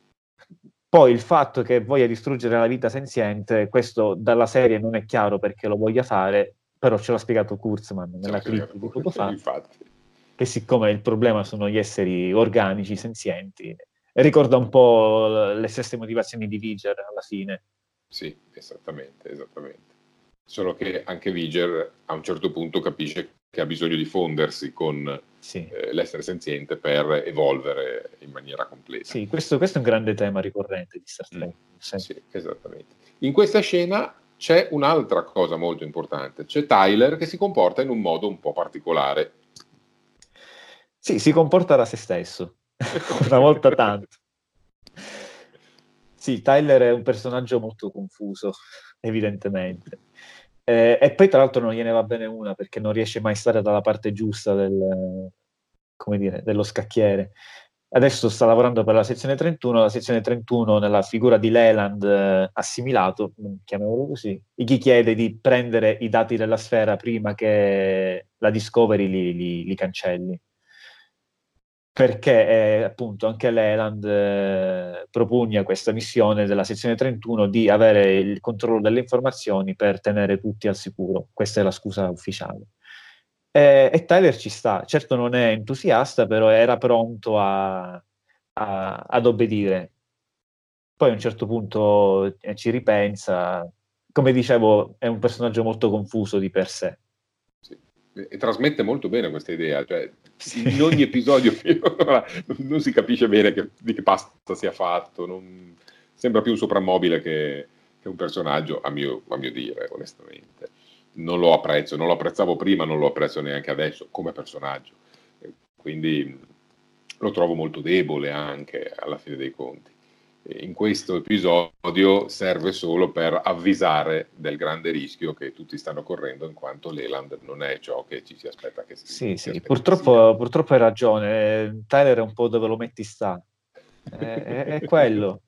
Poi il fatto che voglia distruggere la vita senziente, questo dalla serie non è chiaro perché lo voglia fare, però ce l'ha spiegato Kurtzman nella clip di poco fa, che siccome il problema sono gli esseri organici, senzienti, ricorda un po' le stesse motivazioni di Viger alla fine. Sì, esattamente, esattamente. Solo che anche Viger a un certo punto capisce che ha bisogno di fondersi con sì. eh, l'essere senziente per evolvere in maniera completa. Sì, questo, questo è un grande tema ricorrente di Star Trek. Mm. Sì. Sì, esattamente. In questa scena c'è un'altra cosa molto importante, c'è Tyler che si comporta in un modo un po' particolare. Sì, si comporta da se stesso, una volta tanto. Sì, Tyler è un personaggio molto confuso, evidentemente. Eh, e poi tra l'altro non gliene va bene una perché non riesce mai a stare dalla parte giusta del, come dire, dello scacchiere. Adesso sta lavorando per la sezione trentuno, la sezione trentuno nella figura di Leland eh, assimilato, chiamiamolo così, gli chiede di prendere i dati della sfera prima che la Discovery li, li, li cancelli. Perché eh, appunto anche Leland eh, propugna questa missione della sezione trentuno di avere il controllo delle informazioni per tenere tutti al sicuro. Questa è la scusa ufficiale. E, e Tyler ci sta, certo non è entusiasta, però era pronto a, a, ad obbedire. Poi a un certo punto eh, ci ripensa. Come dicevo, è un personaggio molto confuso di per sé. Sì. e trasmette molto bene questa idea, cioè in ogni episodio finora non si capisce bene che, di che pasta sia fatto, non, sembra più un soprammobile che, che un personaggio, a mio, a mio dire, onestamente. Non lo apprezzo, non lo apprezzavo prima, non lo apprezzo neanche adesso come personaggio, quindi lo trovo molto debole anche alla fine dei conti. In questo episodio serve solo per avvisare del grande rischio che tutti stanno correndo, in quanto Leland non è ciò che ci si aspetta che sia. Sì, sì, purtroppo, purtroppo hai ragione. Tyler è un po' dove lo metti sta. È, è, è quello.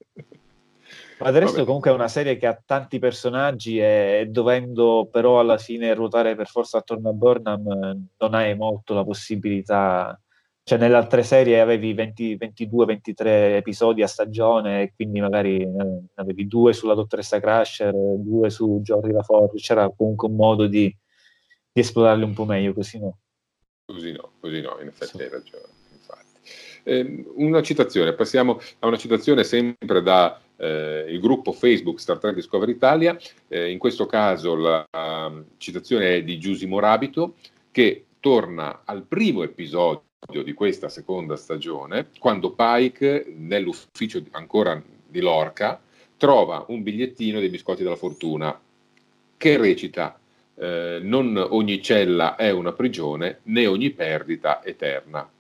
Ma del resto comunque è una serie che ha tanti personaggi e dovendo però alla fine ruotare per forza attorno a Burnham non hai molto la possibilità. Cioè nelle altre serie avevi venti, ventidue, ventitré episodi a stagione e quindi magari eh, avevi due sulla dottoressa Crusher, due su Geordi LaForge, c'era comunque un modo di, di esplorarli un po' meglio, così no. Così no, così no, in effetti sì. Hai ragione. Infatti. Eh, una citazione, passiamo a una citazione sempre da eh, il gruppo Facebook Star Trek Discovery Italia, eh, in questo caso la uh, citazione è di Giusy Morabito, che torna al primo episodio di questa seconda stagione, quando Pike, nell'ufficio ancora di Lorca, trova un bigliettino dei biscotti della fortuna che recita eh, non ogni cella è una prigione, né ogni perdita eterna.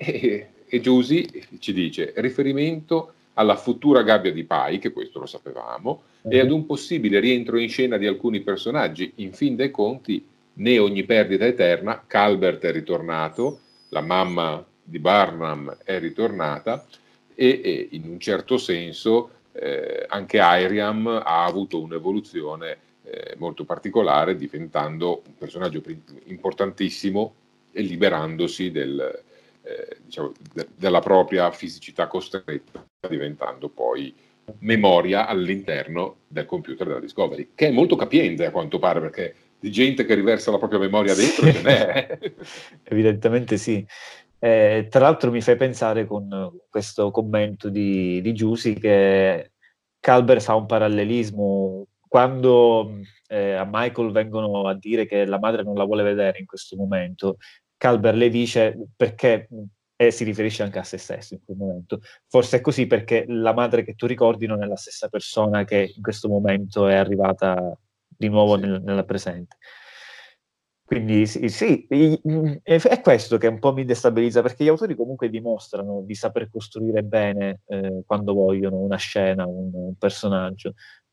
E, e Giusy ci dice riferimento alla futura gabbia di Pike, questo lo sapevamo, uh-huh. e ad un possibile rientro in scena di alcuni personaggi. In fin dei conti, né ogni perdita eterna, Calbert è ritornato, la mamma di Burnham è ritornata e, e in un certo senso eh, anche Airiam ha avuto un'evoluzione eh, molto particolare, diventando un personaggio importantissimo e liberandosi del, eh, diciamo, de- della propria fisicità costretta, diventando poi memoria all'interno del computer della Discovery, che è molto capiente a quanto pare, perché di gente che riversa la propria memoria dentro ce n'è. Evidentemente sì. Eh, tra l'altro mi fai pensare con questo commento di, di Giusy che Culber fa un parallelismo quando eh, a Michael vengono a dire che la madre non la vuole vedere in questo momento. Culber le dice perché, e si riferisce anche a se stesso in quel momento, forse è così perché la madre che tu ricordi non è la stessa persona che in questo momento è arrivata di nuovo sì. nel, nella presente. Quindi sì, sì, è questo che un po' mi destabilizza, perché gli autori comunque dimostrano di saper costruire bene eh, quando vogliono una scena, un, un personaggio,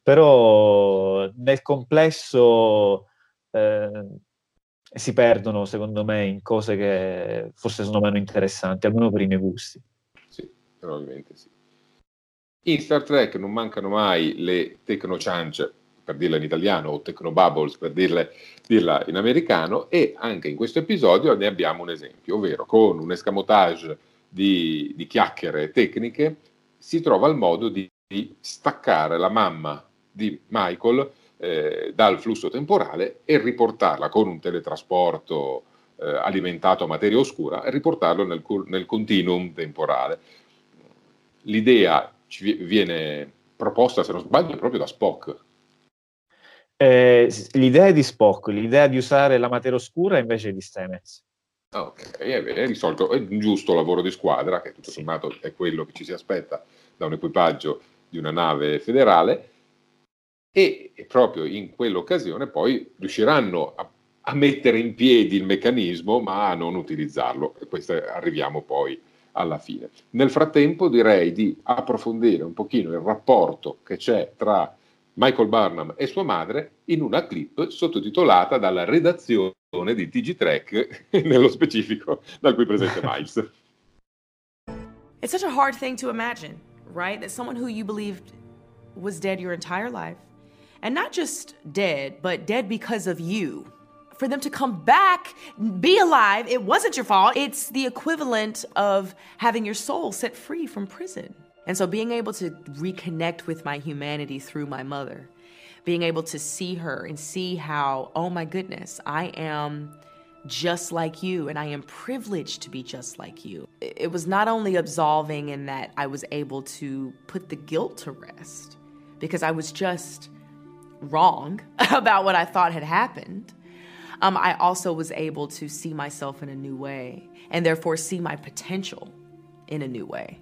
però nel complesso eh, si perdono secondo me in cose che forse sono meno interessanti, almeno per i miei gusti. Sì, probabilmente sì. In Star Trek non mancano mai le techno-ciance, per dirla in italiano, o techno-bubbles per dirle, dirla in americano, e anche in questo episodio ne abbiamo un esempio, ovvero con un escamotage di, di chiacchiere tecniche si trova il modo di, di staccare la mamma di Michael eh, dal flusso temporale e riportarla con un teletrasporto eh, alimentato a materia oscura e riportarlo nel, nel continuum temporale. L'idea ci viene proposta, se non sbaglio, proprio da Spock. Eh, l'idea è di Spock, l'idea di usare la materia oscura invece è di Stamets. Ok, è, è risolto, è un giusto lavoro di squadra, che tutto sommato è quello che ci si aspetta da un equipaggio di una nave federale, e, e proprio in quell'occasione poi riusciranno a, a mettere in piedi il meccanismo, ma a non utilizzarlo, e questo arriviamo poi alla fine. Nel frattempo direi di approfondire un pochino il rapporto che c'è tra Michael Burnham e sua madre in una clip sottotitolata dalla redazione di T G Trek, nello specifico dal qui presente Miles. It's such a hard thing to imagine, right? That someone who you believed was dead your entire life, and not just dead, but dead because of you. For them to come back, be alive, it wasn't your fault. It's the equivalent of having your soul set free from prison. And so being able to reconnect with my humanity through my mother, being able to see her and see how, oh my goodness, I am just like you and I am privileged to be just like you. It was not only absolving in that I was able to put the guilt to rest because I was just wrong about what I thought had happened, um, I also was able to see myself in a new way and therefore see my potential in a new way.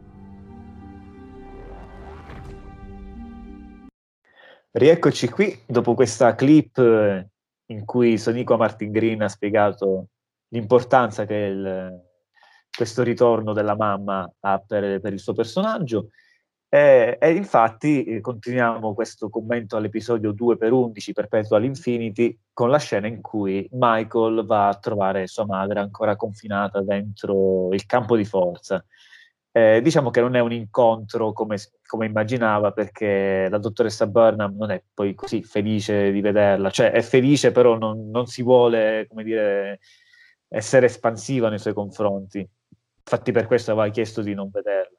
Rieccoci qui dopo questa clip in cui Sonequa Martin Green ha spiegato l'importanza che il, questo ritorno della mamma ha per, per il suo personaggio. E, e infatti eh, continuiamo questo commento all'episodio due per undici, Perpetual Infinity, con la scena in cui Michael va a trovare sua madre ancora confinata dentro il campo di forza. Eh, diciamo che non è un incontro come, come immaginava, perché la dottoressa Burnham non è poi così felice di vederla, cioè è felice però non, non si vuole, come dire, essere espansiva nei suoi confronti. Infatti per questo aveva chiesto di non vederla.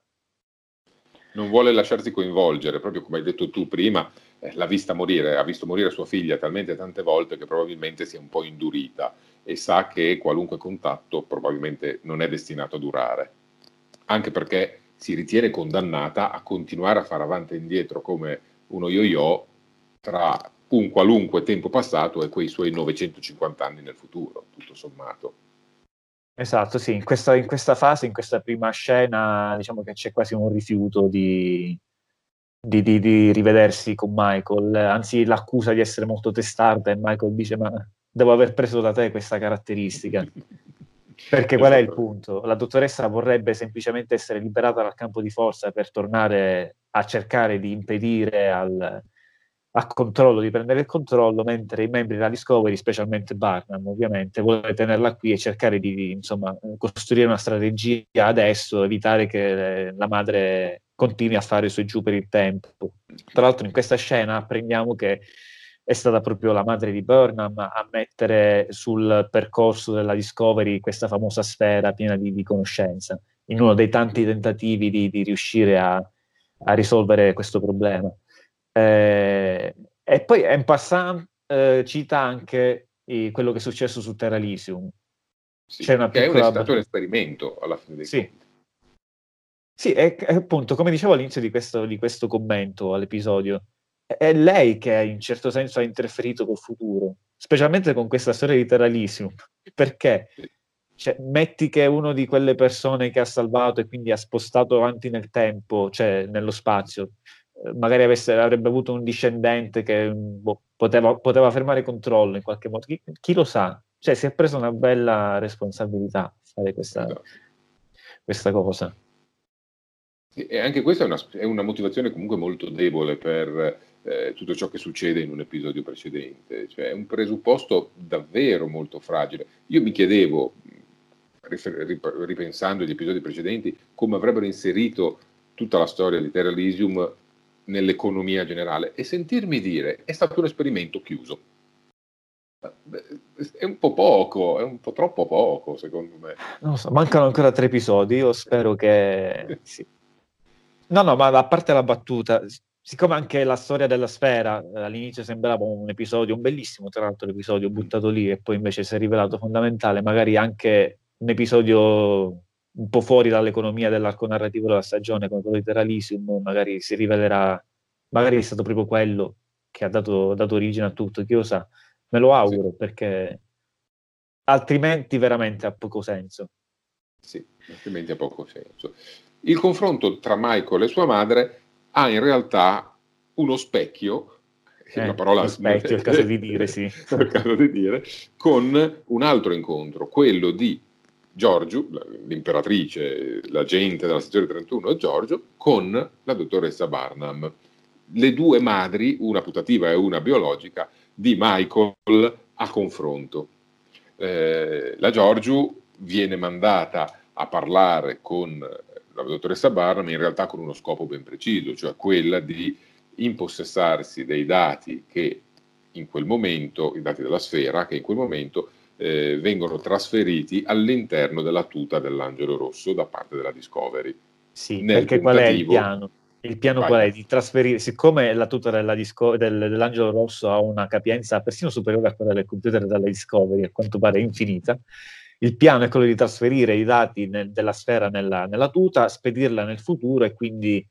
Non vuole lasciarsi coinvolgere, proprio come hai detto tu prima, eh, l'ha vista morire, ha visto morire sua figlia talmente tante volte che probabilmente si è un po' indurita e sa che qualunque contatto probabilmente non è destinato a durare, anche perché si ritiene condannata a continuare a fare avanti e indietro come uno yo-yo tra un qualunque tempo passato e quei suoi novecentocinquanta anni nel futuro, tutto sommato. Esatto, sì, in questa, in questa fase, in questa prima scena, diciamo che c'è quasi un rifiuto di, di, di, di rivedersi con Michael, anzi l'accusa di essere molto testarda e Michael dice ma devo aver preso da te questa caratteristica. Perché qual è il punto? La dottoressa vorrebbe semplicemente essere liberata dal campo di forza per tornare a cercare di impedire al, al controllo, di prendere il controllo, mentre i membri della Discovery, specialmente Barnum ovviamente, vuole tenerla qui e cercare di, insomma, costruire una strategia adesso, evitare che la madre continui a fare i suoi giù per il tempo. Tra l'altro in questa scena apprendiamo che è stata proprio la madre di Burnham a mettere sul percorso della Discovery questa famosa sfera piena di, di conoscenza, in uno dei tanti tentativi di, di riuscire a, a risolvere questo problema. Eh, e poi en passant eh, cita anche eh, quello che è successo su Terra Elysium. Sì, C'è una che piccola... è stato un esperimento alla fine dei sì. conti. Sì, è, è appunto, come dicevo all'inizio di questo, di questo commento all'episodio, è lei che in certo senso ha interferito col futuro, specialmente con questa storia di Terra Elysium. Perché? Cioè, metti che uno di quelle persone che ha salvato e quindi ha spostato avanti nel tempo, cioè nello spazio, eh, magari avesse, avrebbe avuto un discendente che boh, poteva, poteva fermare il controllo in qualche modo. Chi, chi lo sa? Cioè, si è preso una bella responsabilità a fare questa, Esatto. questa cosa. E anche questa è una, è una motivazione comunque molto debole per eh, tutto ciò che succede in un episodio precedente, cioè è un presupposto davvero molto fragile. Io mi chiedevo, ripensando agli episodi precedenti, come avrebbero inserito tutta la storia di Terra Elysium nell'economia generale, e sentirmi dire è stato un esperimento chiuso. È un po' poco, è un po' troppo poco secondo me. Non so, mancano ancora tre episodi, io spero che... sì. No, no, ma a parte la battuta, siccome anche la storia della sfera eh, all'inizio sembrava un episodio, un bellissimo tra l'altro episodio buttato lì e poi invece si è rivelato fondamentale, magari anche un episodio un po' fuori dall'economia dell'arco narrativo della stagione come quello di Terra Elysium, magari si rivelerà, magari è stato proprio quello che ha dato, dato origine a tutto, chi lo sa, me lo auguro, sì. Perché altrimenti veramente ha poco senso. Sì, altrimenti ha poco senso. Il confronto tra Michael e sua madre ha in realtà uno specchio, eh, una parola specchio, è il caso di dire, sì. È il caso di dire, con un altro incontro, quello di Giorgio, l'imperatrice, l'agente della sezione trentuno, Giorgio, con la dottoressa Barnum. Le due madri, una putativa e una biologica, di Michael a confronto. Eh, la Giorgio viene mandata a parlare con la dottoressa Barnum in realtà con uno scopo ben preciso, cioè quella di impossessarsi dei dati che in quel momento, i dati della sfera, che in quel momento eh, vengono trasferiti all'interno della tuta dell'Angelo Rosso da parte della Discovery. Sì, Nel perché qual è il piano? Il piano Vai. qual è? Di trasferire, siccome la tuta della Disco- del, dell'Angelo Rosso ha una capienza persino superiore a quella del computer della Discovery, a quanto pare infinita, il piano è quello di trasferire i dati nel, della sfera nella, nella tuta, spedirla nel futuro e quindi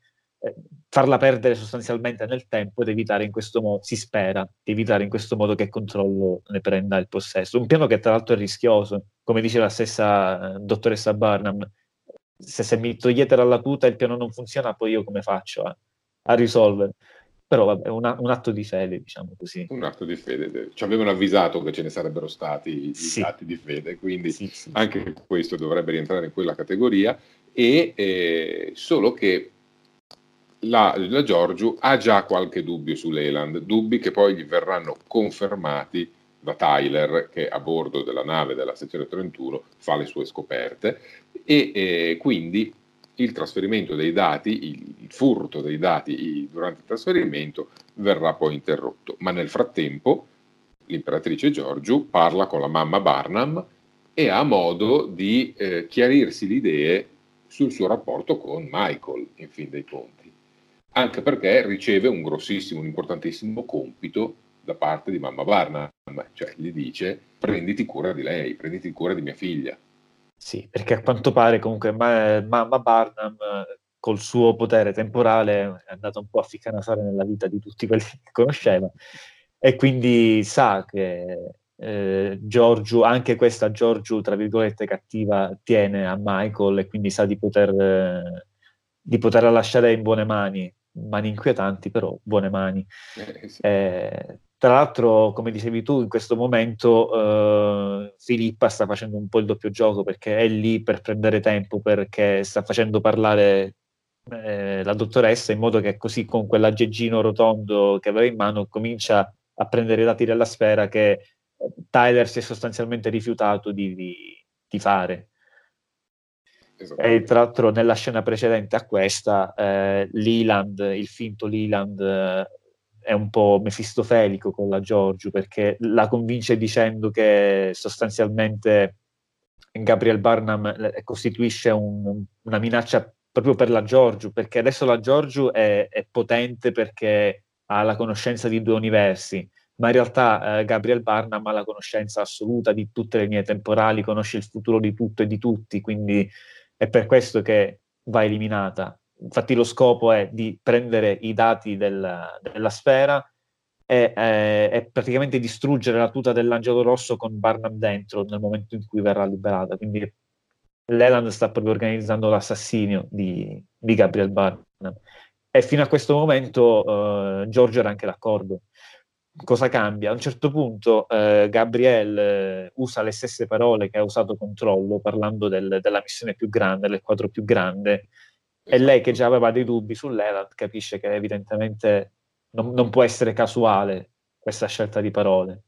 eh, farla perdere sostanzialmente nel tempo ed evitare in questo modo, si spera, di evitare in questo modo che il controllo ne prenda il possesso. Un piano che tra l'altro è rischioso, come dice la stessa eh, dottoressa Barnum, se, se mi togliete dalla tuta e il piano non funziona, poi io come faccio a, a risolvere? Però vabbè, è una, un atto di fede, diciamo così. Un atto di fede. Ci avevano avvisato che ce ne sarebbero stati i Sì. atti di fede, quindi Sì, sì, anche sì. questo dovrebbe rientrare in quella categoria, e eh, solo che la, la Georgiou ha già qualche dubbio su Leland, dubbi che poi gli verranno confermati da Tyler, che a bordo della nave della sezione trentuno fa le sue scoperte, e eh, quindi il trasferimento dei dati, il, il furto dei dati i, durante il trasferimento verrà poi interrotto. Ma nel frattempo l'imperatrice Georgiou parla con la mamma Barnum e ha modo di eh, chiarirsi le idee sul suo rapporto con Michael, in fin dei conti. Anche perché riceve un grossissimo, un importantissimo compito da parte di mamma Barnum, cioè gli dice: prenditi cura di lei, prenditi cura di mia figlia. Sì, perché a quanto pare comunque ma- mamma Barnum eh, col suo potere temporale è andata un po' a ficcanasare nella vita di tutti quelli che conosceva, e quindi sa che eh, Georgiou, anche questa Georgiou tra virgolette cattiva, tiene a Michael, e quindi sa di poter eh, di poterla lasciare in buone mani, mani inquietanti però buone mani. Eh, sì. Eh, tra l'altro, come dicevi tu, in questo momento eh, Filippa sta facendo un po' il doppio gioco, perché è lì per prendere tempo, perché sta facendo parlare eh, la dottoressa, in modo che così con quell'aggeggino rotondo che aveva in mano comincia a prendere i dati della sfera che eh, Tyler si è sostanzialmente rifiutato di, di, di fare. E tra l'altro nella scena precedente a questa eh, Leland, il finto Leland eh, è un po' mefistofelico con la Georgiou, perché la convince dicendo che sostanzialmente Gabriel Barnum costituisce un, una minaccia proprio per la Georgiou, perché adesso la Georgiou è, è potente perché ha la conoscenza di due universi, ma in realtà eh, Gabriel Barnum ha la conoscenza assoluta di tutte le linee temporali, conosce il futuro di tutto e di tutti, quindi è per questo che va eliminata. Infatti lo scopo è di prendere i dati del, della sfera e, eh, e praticamente distruggere la tuta dell'Angelo Rosso con Barnum dentro nel momento in cui verrà liberata. Quindi Leland sta proprio organizzando l'assassinio di, di Gabriel Barnum. E fino a questo momento eh, Giorgio era anche d'accordo. Cosa cambia? A un certo punto eh, Gabriel eh, usa le stesse parole che ha usato Controllo, parlando del, della missione più grande, del quadro più grande, e lei, che già aveva dei dubbi su Leland, capisce che evidentemente non, non può essere casuale questa scelta di parole.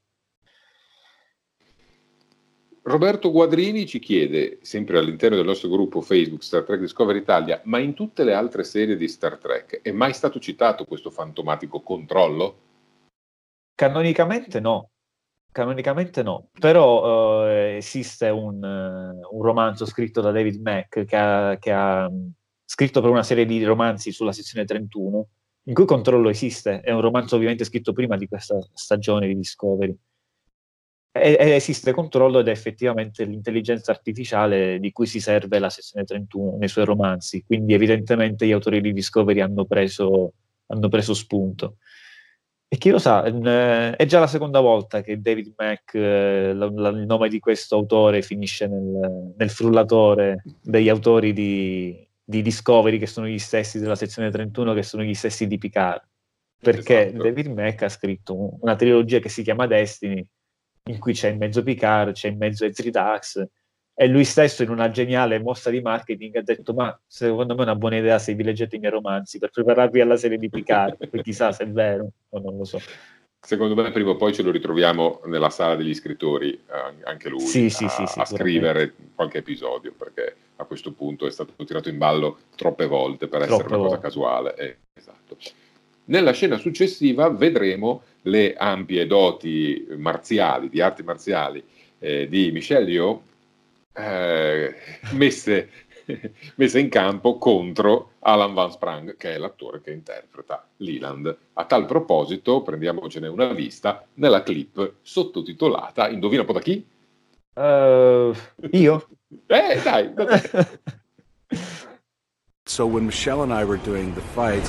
Roberto Guadrini ci chiede, sempre all'interno del nostro gruppo Facebook Star Trek Discovery Italia, ma in tutte le altre serie di Star Trek è mai stato citato questo fantomatico Controllo? Canonicamente no, canonicamente no, però eh, esiste un, uh, un romanzo scritto da David Mack che ha, che ha um, scritto per una serie di romanzi sulla sezione trentuno, in cui Controllo esiste. È un romanzo ovviamente scritto prima di questa stagione di Discovery. E, e esiste Controllo ed è effettivamente l'intelligenza artificiale di cui si serve la sezione trentuno nei suoi romanzi, quindi evidentemente gli autori di Discovery hanno preso, hanno preso spunto. E chi lo sa, è già la seconda volta che David Mack, eh, la, la, il nome di questo autore finisce nel, nel frullatore degli autori di, di Discovery, che sono gli stessi della sezione trentuno, che sono gli stessi di Picard. Perché Esatto. David Mack ha scritto una trilogia che si chiama Destiny, in cui c'è in mezzo Picard, c'è in mezzo Ezri Dax, e lui stesso in una geniale mossa di marketing ha detto: ma secondo me è una buona idea se vi leggete i miei romanzi per prepararvi alla serie di Picard. Poi chissà se è vero o non lo so. Secondo me prima o poi ce lo ritroviamo nella sala degli scrittori, eh, anche lui, sì, a, sì, sì, a scrivere qualche episodio, perché a questo punto è stato tirato in ballo troppe volte per essere Troppe una cosa volte. casuale. Eh, esatto. Nella scena successiva vedremo le ampie doti marziali, di arti marziali, eh, di Michelle Yeoh eh, messe, messe in campo contro Alan Van Sprang, che è l'attore che interpreta Leland. A tal proposito, prendiamocene una vista nella clip sottotitolata, indovina un po' da chi? Uh, io? eh, dai, da te. So when Michelle and I were doing the fights,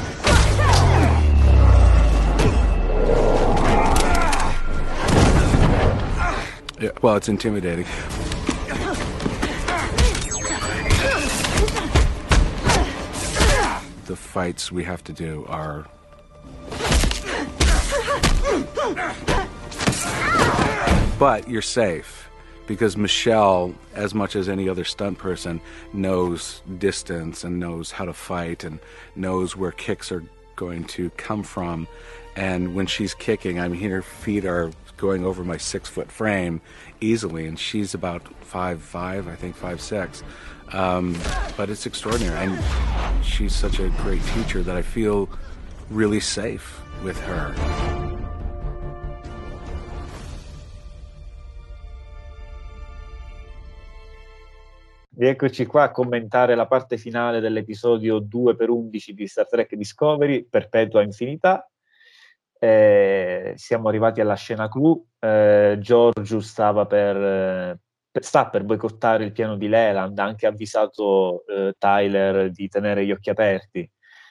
yeah, well, it's intimidating. The fights we have to do are but you're safe because Michelle, as much as any other stunt person, knows distance and knows how to fight and knows where kicks are going to come from. And when she's kicking, I mean, her feet are going over my six-foot frame easily, and she's about five five, I think five six. Um, but it's extraordinary, and she's such a great teacher that I feel really safe with her. Rieccoci qua a commentare la parte finale dell'episodio due per undici di Star Trek Discovery, Perpetua Infinità. Eh, siamo arrivati alla scena clou. eh, Georgiou stava per, eh, per, sta per boicottare il piano di Leland, ha anche avvisato eh, Tyler di tenere gli occhi aperti,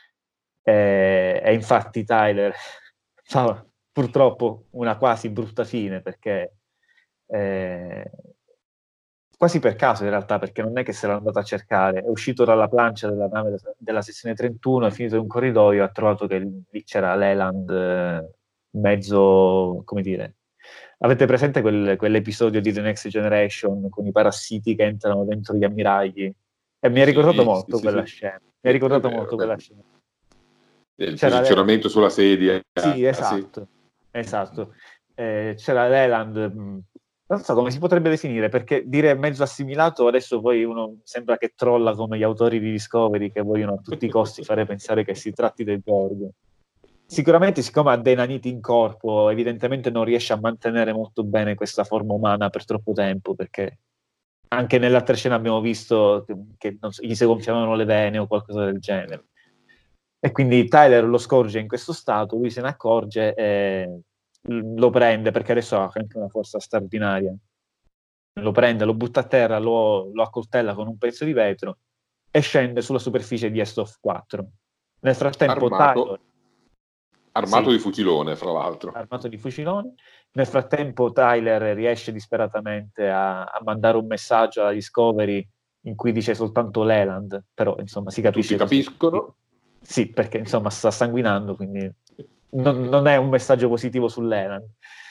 eh, e infatti Tyler fa purtroppo una quasi brutta fine, perché eh, quasi per caso in realtà, perché non è che se l'è andata a cercare, è uscito dalla plancia della nave della sezione trentuno, è finito in un corridoio, ha trovato che lì c'era Leland eh, mezzo, come dire, avete presente quel, quell'episodio di The Next Generation con i parassiti che entrano dentro gli ammiragli? E mi ha ricordato sì, molto sì, quella sì, scena, mi ha ricordato vero, molto vero. quella scena. Il C'era posizionamento sulla sedia. Sì, Ah, esatto, esatto. Eh, c'era Leland, mh, non so come si potrebbe definire, perché dire mezzo assimilato adesso poi uno sembra che trolla come gli autori di Discovery che vogliono a tutti i costi fare pensare che si tratti del Borg. Sicuramente, siccome ha dei naniti in corpo, evidentemente non riesce a mantenere molto bene questa forma umana per troppo tempo, perché anche nell'altra scena abbiamo visto che, che non so, gli si gonfiavano le vene o qualcosa del genere. E quindi Tyler lo scorge in questo stato, lui se ne accorge e lo prende, perché adesso ha anche una forza straordinaria. Lo prende, lo butta a terra, lo, lo accoltella con un pezzo di vetro e scende sulla superficie di Estov quattro. Nel frattempo Armato, Tyler, armato sì, di fucilone, fra l'altro. armato di fucilone. Nel frattempo Tyler riesce disperatamente a, a mandare un messaggio alla Discovery in cui dice soltanto Leland, però insomma si capisce. Tutti capiscono. Sì, perché insomma sta sanguinando, quindi non, non è un messaggio positivo su Leland.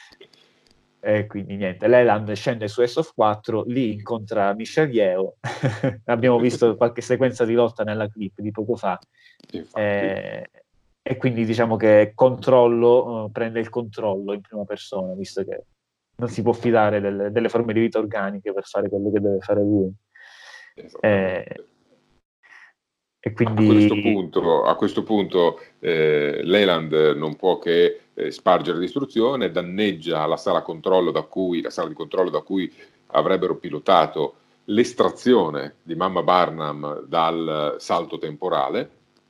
E quindi niente, Leland scende su S O F quattro, lì incontra Michelle Yeoh. Abbiamo visto qualche sequenza di lotta nella clip di poco fa. Eh, e quindi diciamo che controllo, uh, prende il controllo in prima persona, visto che non si può fidare del, delle forme di vita organiche per fare quello che deve fare lui. Eh, E quindi... A questo punto, a questo punto eh, Leland non può che eh, spargere distruzione, danneggia la sala controllo da cui, la sala di controllo da cui avrebbero pilotato l'estrazione di Mamma Barnum dal salto temporale,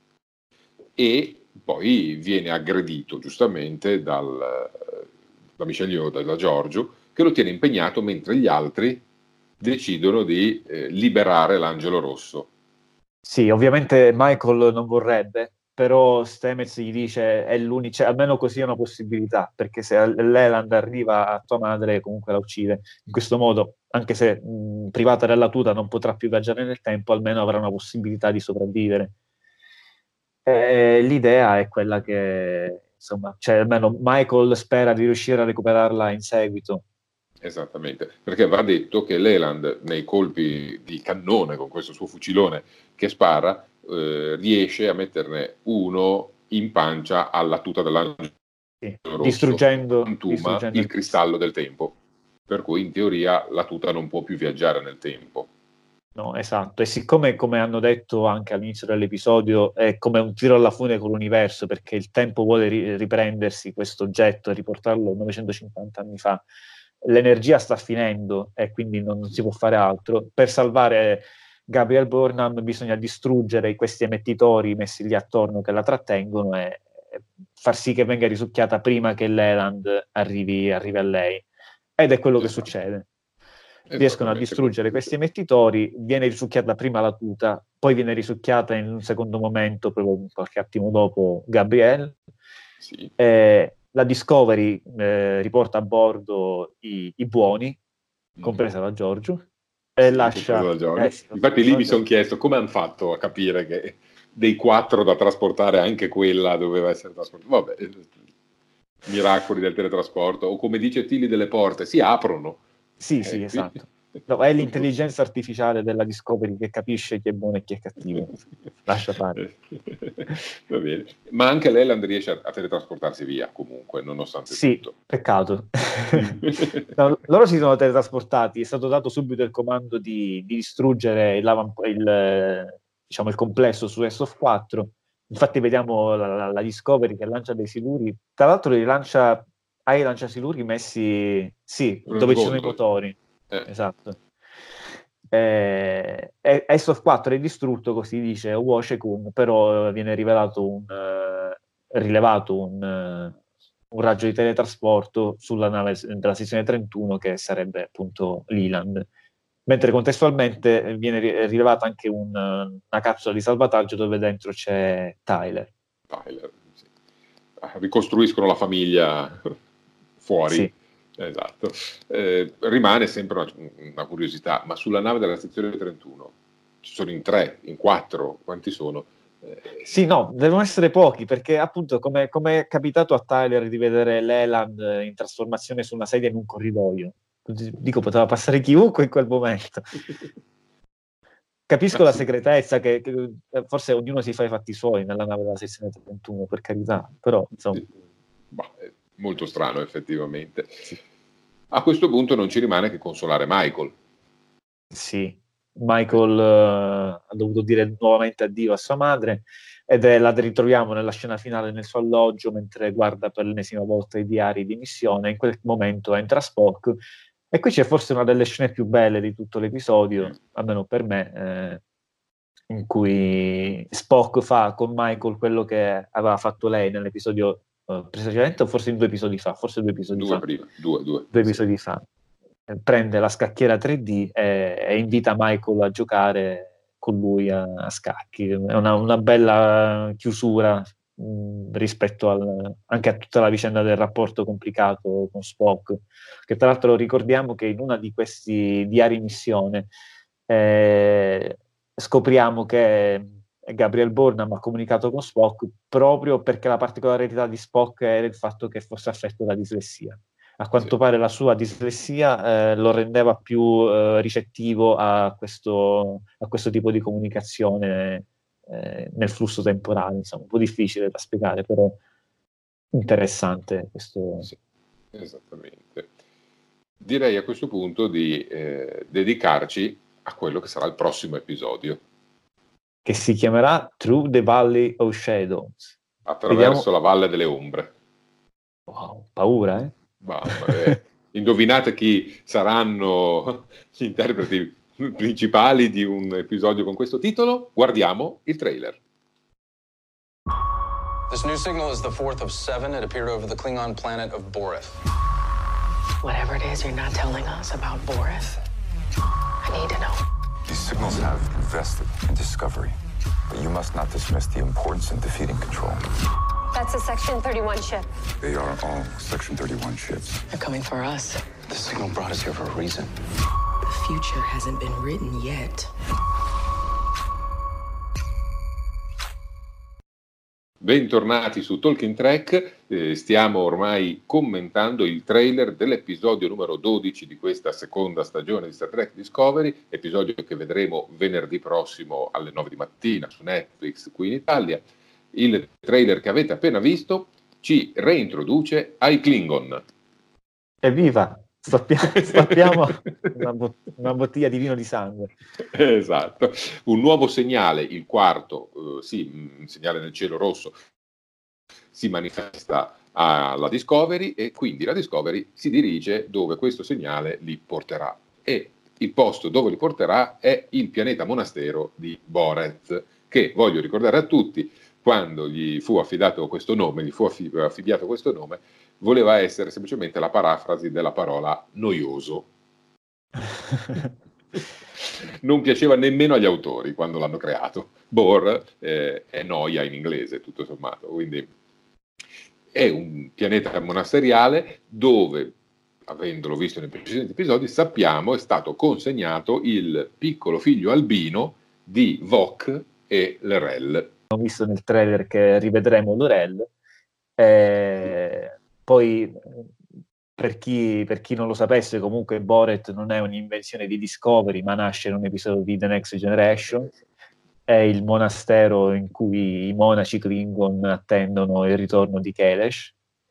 e poi viene aggredito giustamente dal, da Michelle Yeoh, da Georgiou, che lo tiene impegnato mentre gli altri decidono di eh, liberare l'angelo rosso. Sì, ovviamente Michael non vorrebbe, però Stamets gli dice è l'unica, cioè, almeno così è una possibilità, perché se Leland arriva a tua madre comunque la uccide. In questo modo, anche se mh, privata della tuta non potrà più viaggiare nel tempo, almeno avrà una possibilità di sopravvivere. E l'idea è quella che, insomma, cioè almeno Michael spera di riuscire a recuperarla in seguito. Esattamente, perché va detto che Leland nei colpi di cannone con questo suo fucilone che spara eh, riesce a metterne uno in pancia alla tuta dell'angelo sì, rosso, distruggendo, quantuma distruggendo il cristallo del tempo, per cui in teoria la tuta non può più viaggiare nel tempo. No, esatto, e siccome, come hanno detto anche all'inizio dell'episodio, è come un tiro alla fune con l'universo, perché il tempo vuole ri- riprendersi questo oggetto e riportarlo novecentocinquanta anni fa, l'energia sta finendo e quindi non, non si può fare altro. Per salvare Gabriel Burnham bisogna distruggere questi emettitori messi lì attorno che la trattengono e, e far sì che venga risucchiata prima che Leland arrivi, arrivi a lei. Ed è quello che succede. riescono a distruggere questi emettitori, viene risucchiata prima la tuta, poi viene risucchiata in un secondo momento, proprio qualche attimo dopo, Gabrielle. Sì. Eh, la Discovery eh, riporta a bordo i, i buoni, compresa la Giorgio, e sì, lascia... Giorgio. Eh, sì, Infatti lì mi sono chiesto come hanno fatto a capire che dei quattro da trasportare anche quella doveva essere trasportata. Vabbè, miracoli del teletrasporto, o come dice Tilly delle porte, si aprono. Sì, eh, sì, qui... esatto. No, è l'intelligenza artificiale della Discovery che capisce chi è buono e chi è cattivo. Lascia fare. Va bene. Ma anche Leland riesce a, a teletrasportarsi via, comunque, nonostante sì, tutto. Peccato. No, loro si sono teletrasportati, è stato dato subito il comando di, di distruggere il, il, diciamo, il complesso su S O F quattro. Infatti vediamo la, la, la Discovery che lancia dei siluri. Tra l'altro li lancia, hai lanciasiluri messi, sì, Un dove ci sono i sgondo. motori. Eh. Esatto. Eh, S O F quattro è distrutto, così dice Woshekun, però viene rivelato un, uh, rilevato un, uh, un raggio di teletrasporto sulla nave della sezione trentuno, che sarebbe appunto Leland, mentre contestualmente viene ri- rilevata anche un, una capsula di salvataggio dove dentro c'è Tyler. Tyler, sì. Ricostruiscono la famiglia fuori. Sì. Esatto. Eh, rimane sempre una, una curiosità, ma sulla nave della sezione trentuno ci sono in tre, in quattro, quanti sono? Eh, sì, no, devono essere pochi, perché appunto come è capitato a Tyler di vedere Leland in trasformazione su una sedia in un corridoio, dico, poteva passare chiunque in quel momento. Capisco ah, la sì. segretezza, che, che forse ognuno si fa i fatti suoi nella nave della sezione trentuno, per carità, però insomma... Sì. Bah, è molto strano effettivamente. Sì. A questo punto non ci rimane che consolare Michael. Sì, Michael uh, ha dovuto dire nuovamente addio a sua madre, ed è, la ritroviamo nella scena finale nel suo alloggio mentre guarda per l'ennesima volta i diari di missione. In quel momento entra Spock, e qui c'è forse una delle scene più belle di tutto l'episodio, mm. almeno per me, eh, in cui Spock fa con Michael quello che aveva fatto lei nell'episodio uh, precedente, o forse in due episodi fa, forse due episodi due fa. Prima, due, due. Due episodi fa. Prende la scacchiera tre D e, e invita Michael a giocare con lui a, a scacchi. È una, una bella chiusura mh, rispetto al, anche a tutta la vicenda del rapporto complicato con Spock, che tra l'altro ricordiamo che in una di questi diari missione eh, scopriamo che Gabriel Burnham ha comunicato con Spock proprio perché la particolarità di Spock era il fatto che fosse affetto da dislessia. A quanto sì. pare la sua dislessia eh, lo rendeva più eh, ricettivo a questo, a questo tipo di comunicazione eh, nel flusso temporale, insomma, un po' difficile da spiegare, però interessante questo. Sì, esattamente. Direi a questo punto di eh, dedicarci a quello che sarà il prossimo episodio, che si chiamerà Through the Valley of Shadows. Attraverso Vediamo... la Valle delle Ombre. Wow, paura, eh? Vabbè, indovinate chi saranno gli interpreti principali di un episodio con questo titolo? Guardiamo il trailer. This new signal is the fourth of seven. It appeared over the Klingon planet of Boreth. Whatever it is you're not telling us about Boreth, I need to know. These signals have invested in Discovery, but you must not dismiss the importance in defeating Control. That's a Section thirty-one ship. They are all Section thirty-one ships. They're coming for us. The signal brought us here for a reason. The future hasn't been written yet. Bentornati su Talking Trek, eh, stiamo ormai commentando il trailer dell'episodio numero dodici di questa seconda stagione di Star Trek Discovery, episodio che vedremo venerdì prossimo alle nove di mattina su Netflix qui in Italia. Il trailer che avete appena visto ci reintroduce ai Klingon. Evviva! Stappiamo, stappiamo una, bot- una bottiglia di vino di sangue. Esatto. Un nuovo segnale, il quarto, uh, sì, un segnale nel cielo rosso, si manifesta alla Discovery e quindi la Discovery si dirige dove questo segnale li porterà. E il posto dove li porterà è il pianeta monastero di Boreth, che, voglio ricordare a tutti, quando gli fu affidato questo nome, gli fu affibbiato questo nome, voleva essere semplicemente la parafrasi della parola noioso. Non piaceva nemmeno agli autori quando l'hanno creato. Bore eh, è noia in inglese, tutto sommato, quindi è un pianeta monasteriale dove, avendolo visto nei precedenti episodi, sappiamo è stato consegnato il piccolo figlio albino di Vok e L'Rell. Ho visto nel trailer che rivedremo L'Rell. Eh, poi, per chi, per chi non lo sapesse, comunque Boret non è un'invenzione di Discovery, ma nasce in un episodio di The Next Generation. È il monastero in cui i monaci Klingon attendono il ritorno di Kelesh.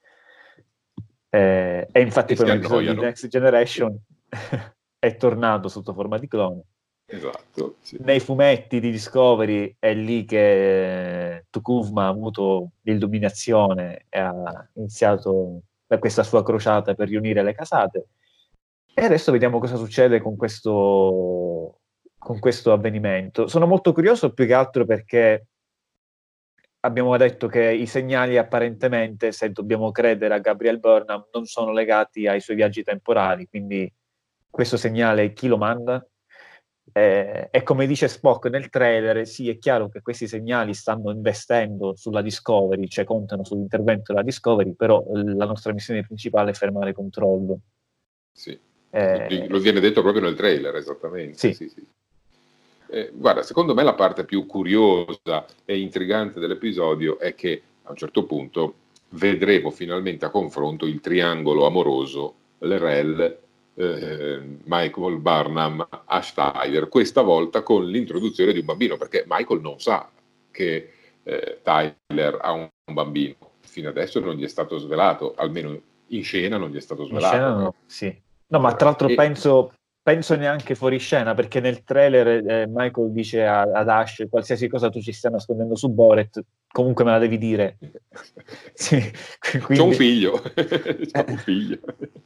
Eh, e infatti E poi si nell'episodio di annoiano. Next Generation è tornato sotto forma di clone. Esatto, sì. Nei fumetti di Discovery è lì che T'Kuvma ha avuto l'illuminazione e ha iniziato questa sua crociata per riunire le casate. E adesso vediamo cosa succede con questo, con questo avvenimento. Sono molto curioso più che altro perché abbiamo detto che i segnali apparentemente, se dobbiamo credere a Gabriel Burnham, non sono legati ai suoi viaggi temporali, quindi questo segnale chi lo manda? Eh, e come dice Spock nel trailer, sì, è chiaro che questi segnali stanno investendo sulla Discovery, cioè contano sull'intervento della Discovery, però la nostra missione principale è fermare controllo. Sì. Eh, Lo viene detto proprio nel trailer, esattamente. Sì. Sì, sì. Eh, guarda, secondo me la parte più curiosa e intrigante dell'episodio è che a un certo punto vedremo finalmente a confronto il triangolo amoroso L'Rell, eh, Michael Burnham, Ash Tyler, questa volta con l'introduzione di un bambino, perché Michael non sa che eh, Tyler ha un, un bambino, fino adesso non gli è stato svelato, almeno in scena non gli è stato svelato. In scena no, sì. No, ma tra l'altro E... penso, penso neanche fuori scena, perché nel trailer eh, Michael dice a, ad Ash: qualsiasi cosa tu ci stia nascondendo su Boret, comunque me la devi dire. Sì, quindi... C'è un figlio, c'è un figlio.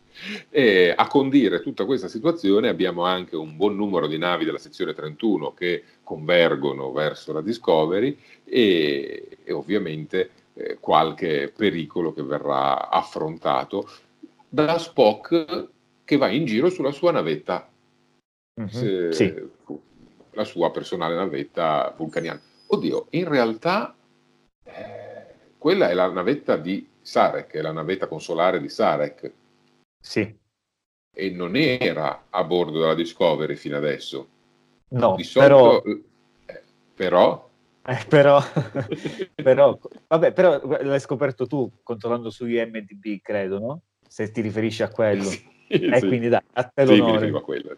E a condire tutta questa situazione abbiamo anche un buon numero di navi della sezione trentuno che convergono verso la Discovery e, e ovviamente eh, qualche pericolo che verrà affrontato da Spock, che va in giro sulla sua navetta, mm-hmm, se, sì. la sua personale navetta vulcaniana. Oddio, in realtà eh, quella è la navetta di Sarek, è la navetta consolare di Sarek. Sì. E non era a bordo della Discovery fino adesso. No, di solito, però... Eh, però... Eh, però, però, vabbè, però l'hai scoperto tu controllando su I M D B, credo, no? Se ti riferisci a quello. Sì, E sì. quindi dai, a te Sì, mi l'onore. riferivo a quello.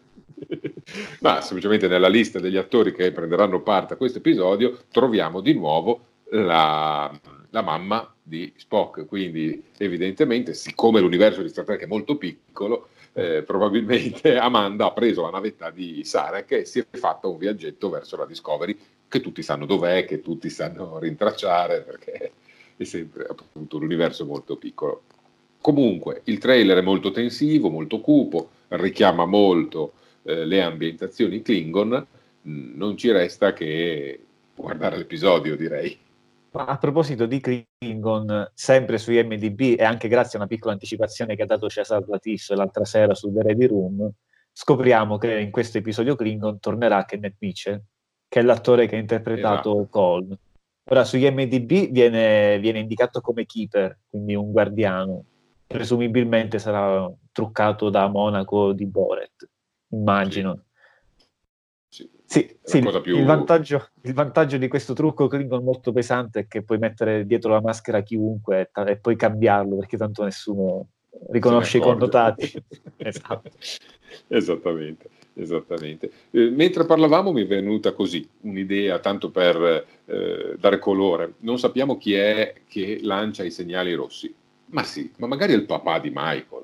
Ma semplicemente nella lista degli attori che prenderanno parte a questo episodio troviamo di nuovo la, la mamma di Spock, quindi evidentemente, siccome l'universo di Star Trek è molto piccolo, eh, probabilmente Amanda ha preso la navetta di Sarek e si è fatta un viaggetto verso la Discovery, che tutti sanno dov'è, che tutti sanno rintracciare, perché è sempre appunto un universo molto piccolo. Comunque il trailer è molto tensivo, molto cupo, richiama molto eh, le ambientazioni Klingon. Mm, non ci resta che guardare l'episodio, direi. Ma a proposito di Klingon, sempre su I M D B e anche grazie a una piccola anticipazione che ha dato Cesar Latif l'altra sera su The Ready Room, scopriamo che in questo episodio Klingon tornerà Kenneth Mitchell, che è l'attore che ha interpretato Esatto. Cole. Ora su I M D B viene, viene indicato come Keeper, quindi un guardiano. Presumibilmente sarà truccato da Monaco di Boret, immagino. Sì, sì, sì cosa più... il, vantaggio, il vantaggio di questo trucco Klingon molto pesante è che puoi mettere dietro la maschera a chiunque e, e poi cambiarlo, perché tanto nessuno riconosce i connotati. Esatto. Esattamente, esattamente. Eh, mentre parlavamo mi è venuta così un'idea, tanto per eh, dare colore. Non sappiamo chi è che lancia i segnali rossi. Ma sì, ma magari è il papà di Michael.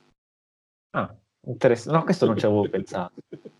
Ah, interessante. No, questo non ci avevo pensato.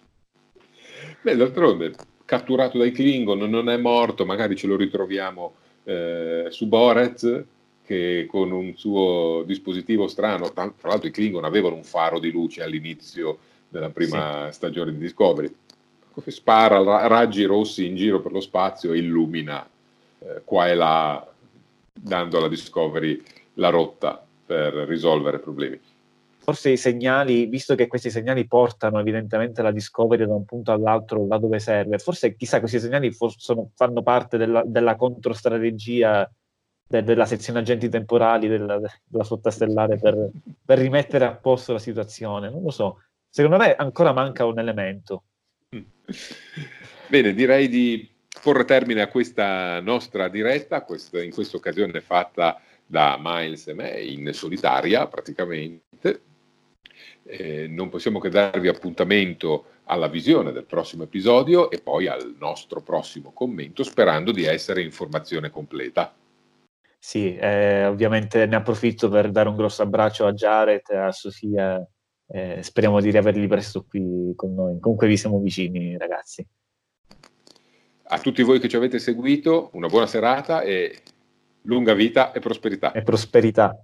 Beh, d'altronde, catturato dai Klingon, non è morto, magari ce lo ritroviamo eh, su Boret, che con un suo dispositivo strano, tra l'altro i Klingon avevano un faro di luce all'inizio della prima sì. stagione di Discovery, spara raggi rossi in giro per lo spazio e illumina eh, qua e là, dando alla Discovery la rotta per risolvere problemi. forse i segnali, visto che questi segnali portano evidentemente la Discovery da un punto all'altro là dove serve, forse chissà questi segnali for- sono, fanno parte della, della controstrategia de- della sezione agenti temporali della, della flotta stellare per, per rimettere a posto la situazione. Non lo so, secondo me ancora manca un elemento. Bene, direi di porre termine a questa nostra diretta, questa, in questa occasione fatta da Miles e me in solitaria praticamente. Eh, non possiamo che darvi appuntamento alla visione del prossimo episodio e poi al nostro prossimo commento, sperando di essere informazione completa. Sì, eh, ovviamente ne approfitto per dare un grosso abbraccio a Jared e a Sofia. Eh, speriamo di riaverli presto qui con noi. Comunque vi siamo vicini, ragazzi. A tutti voi che ci avete seguito, una buona serata e lunga vita e prosperità. E prosperità.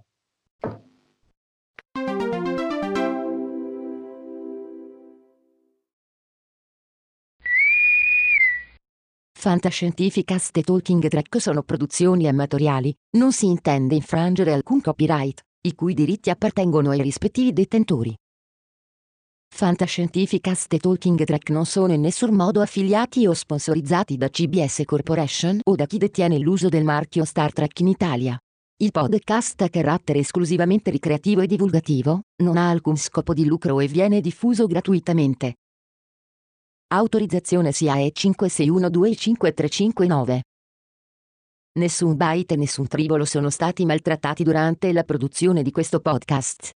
Fantascientificast e Talking Track sono produzioni amatoriali, non si intende infrangere alcun copyright, i cui diritti appartengono ai rispettivi detentori. Fantascientificast e Talking Track non sono in nessun modo affiliati o sponsorizzati da C B S Corporation o da chi detiene l'uso del marchio Star Trek in Italia. Il podcast ha carattere esclusivamente ricreativo e divulgativo, non ha alcun scopo di lucro e viene diffuso gratuitamente. Autorizzazione S I A E cinque sei uno due cinque tre cinque nove. Nessun byte e nessun tribolo sono stati maltrattati durante la produzione di questo podcast.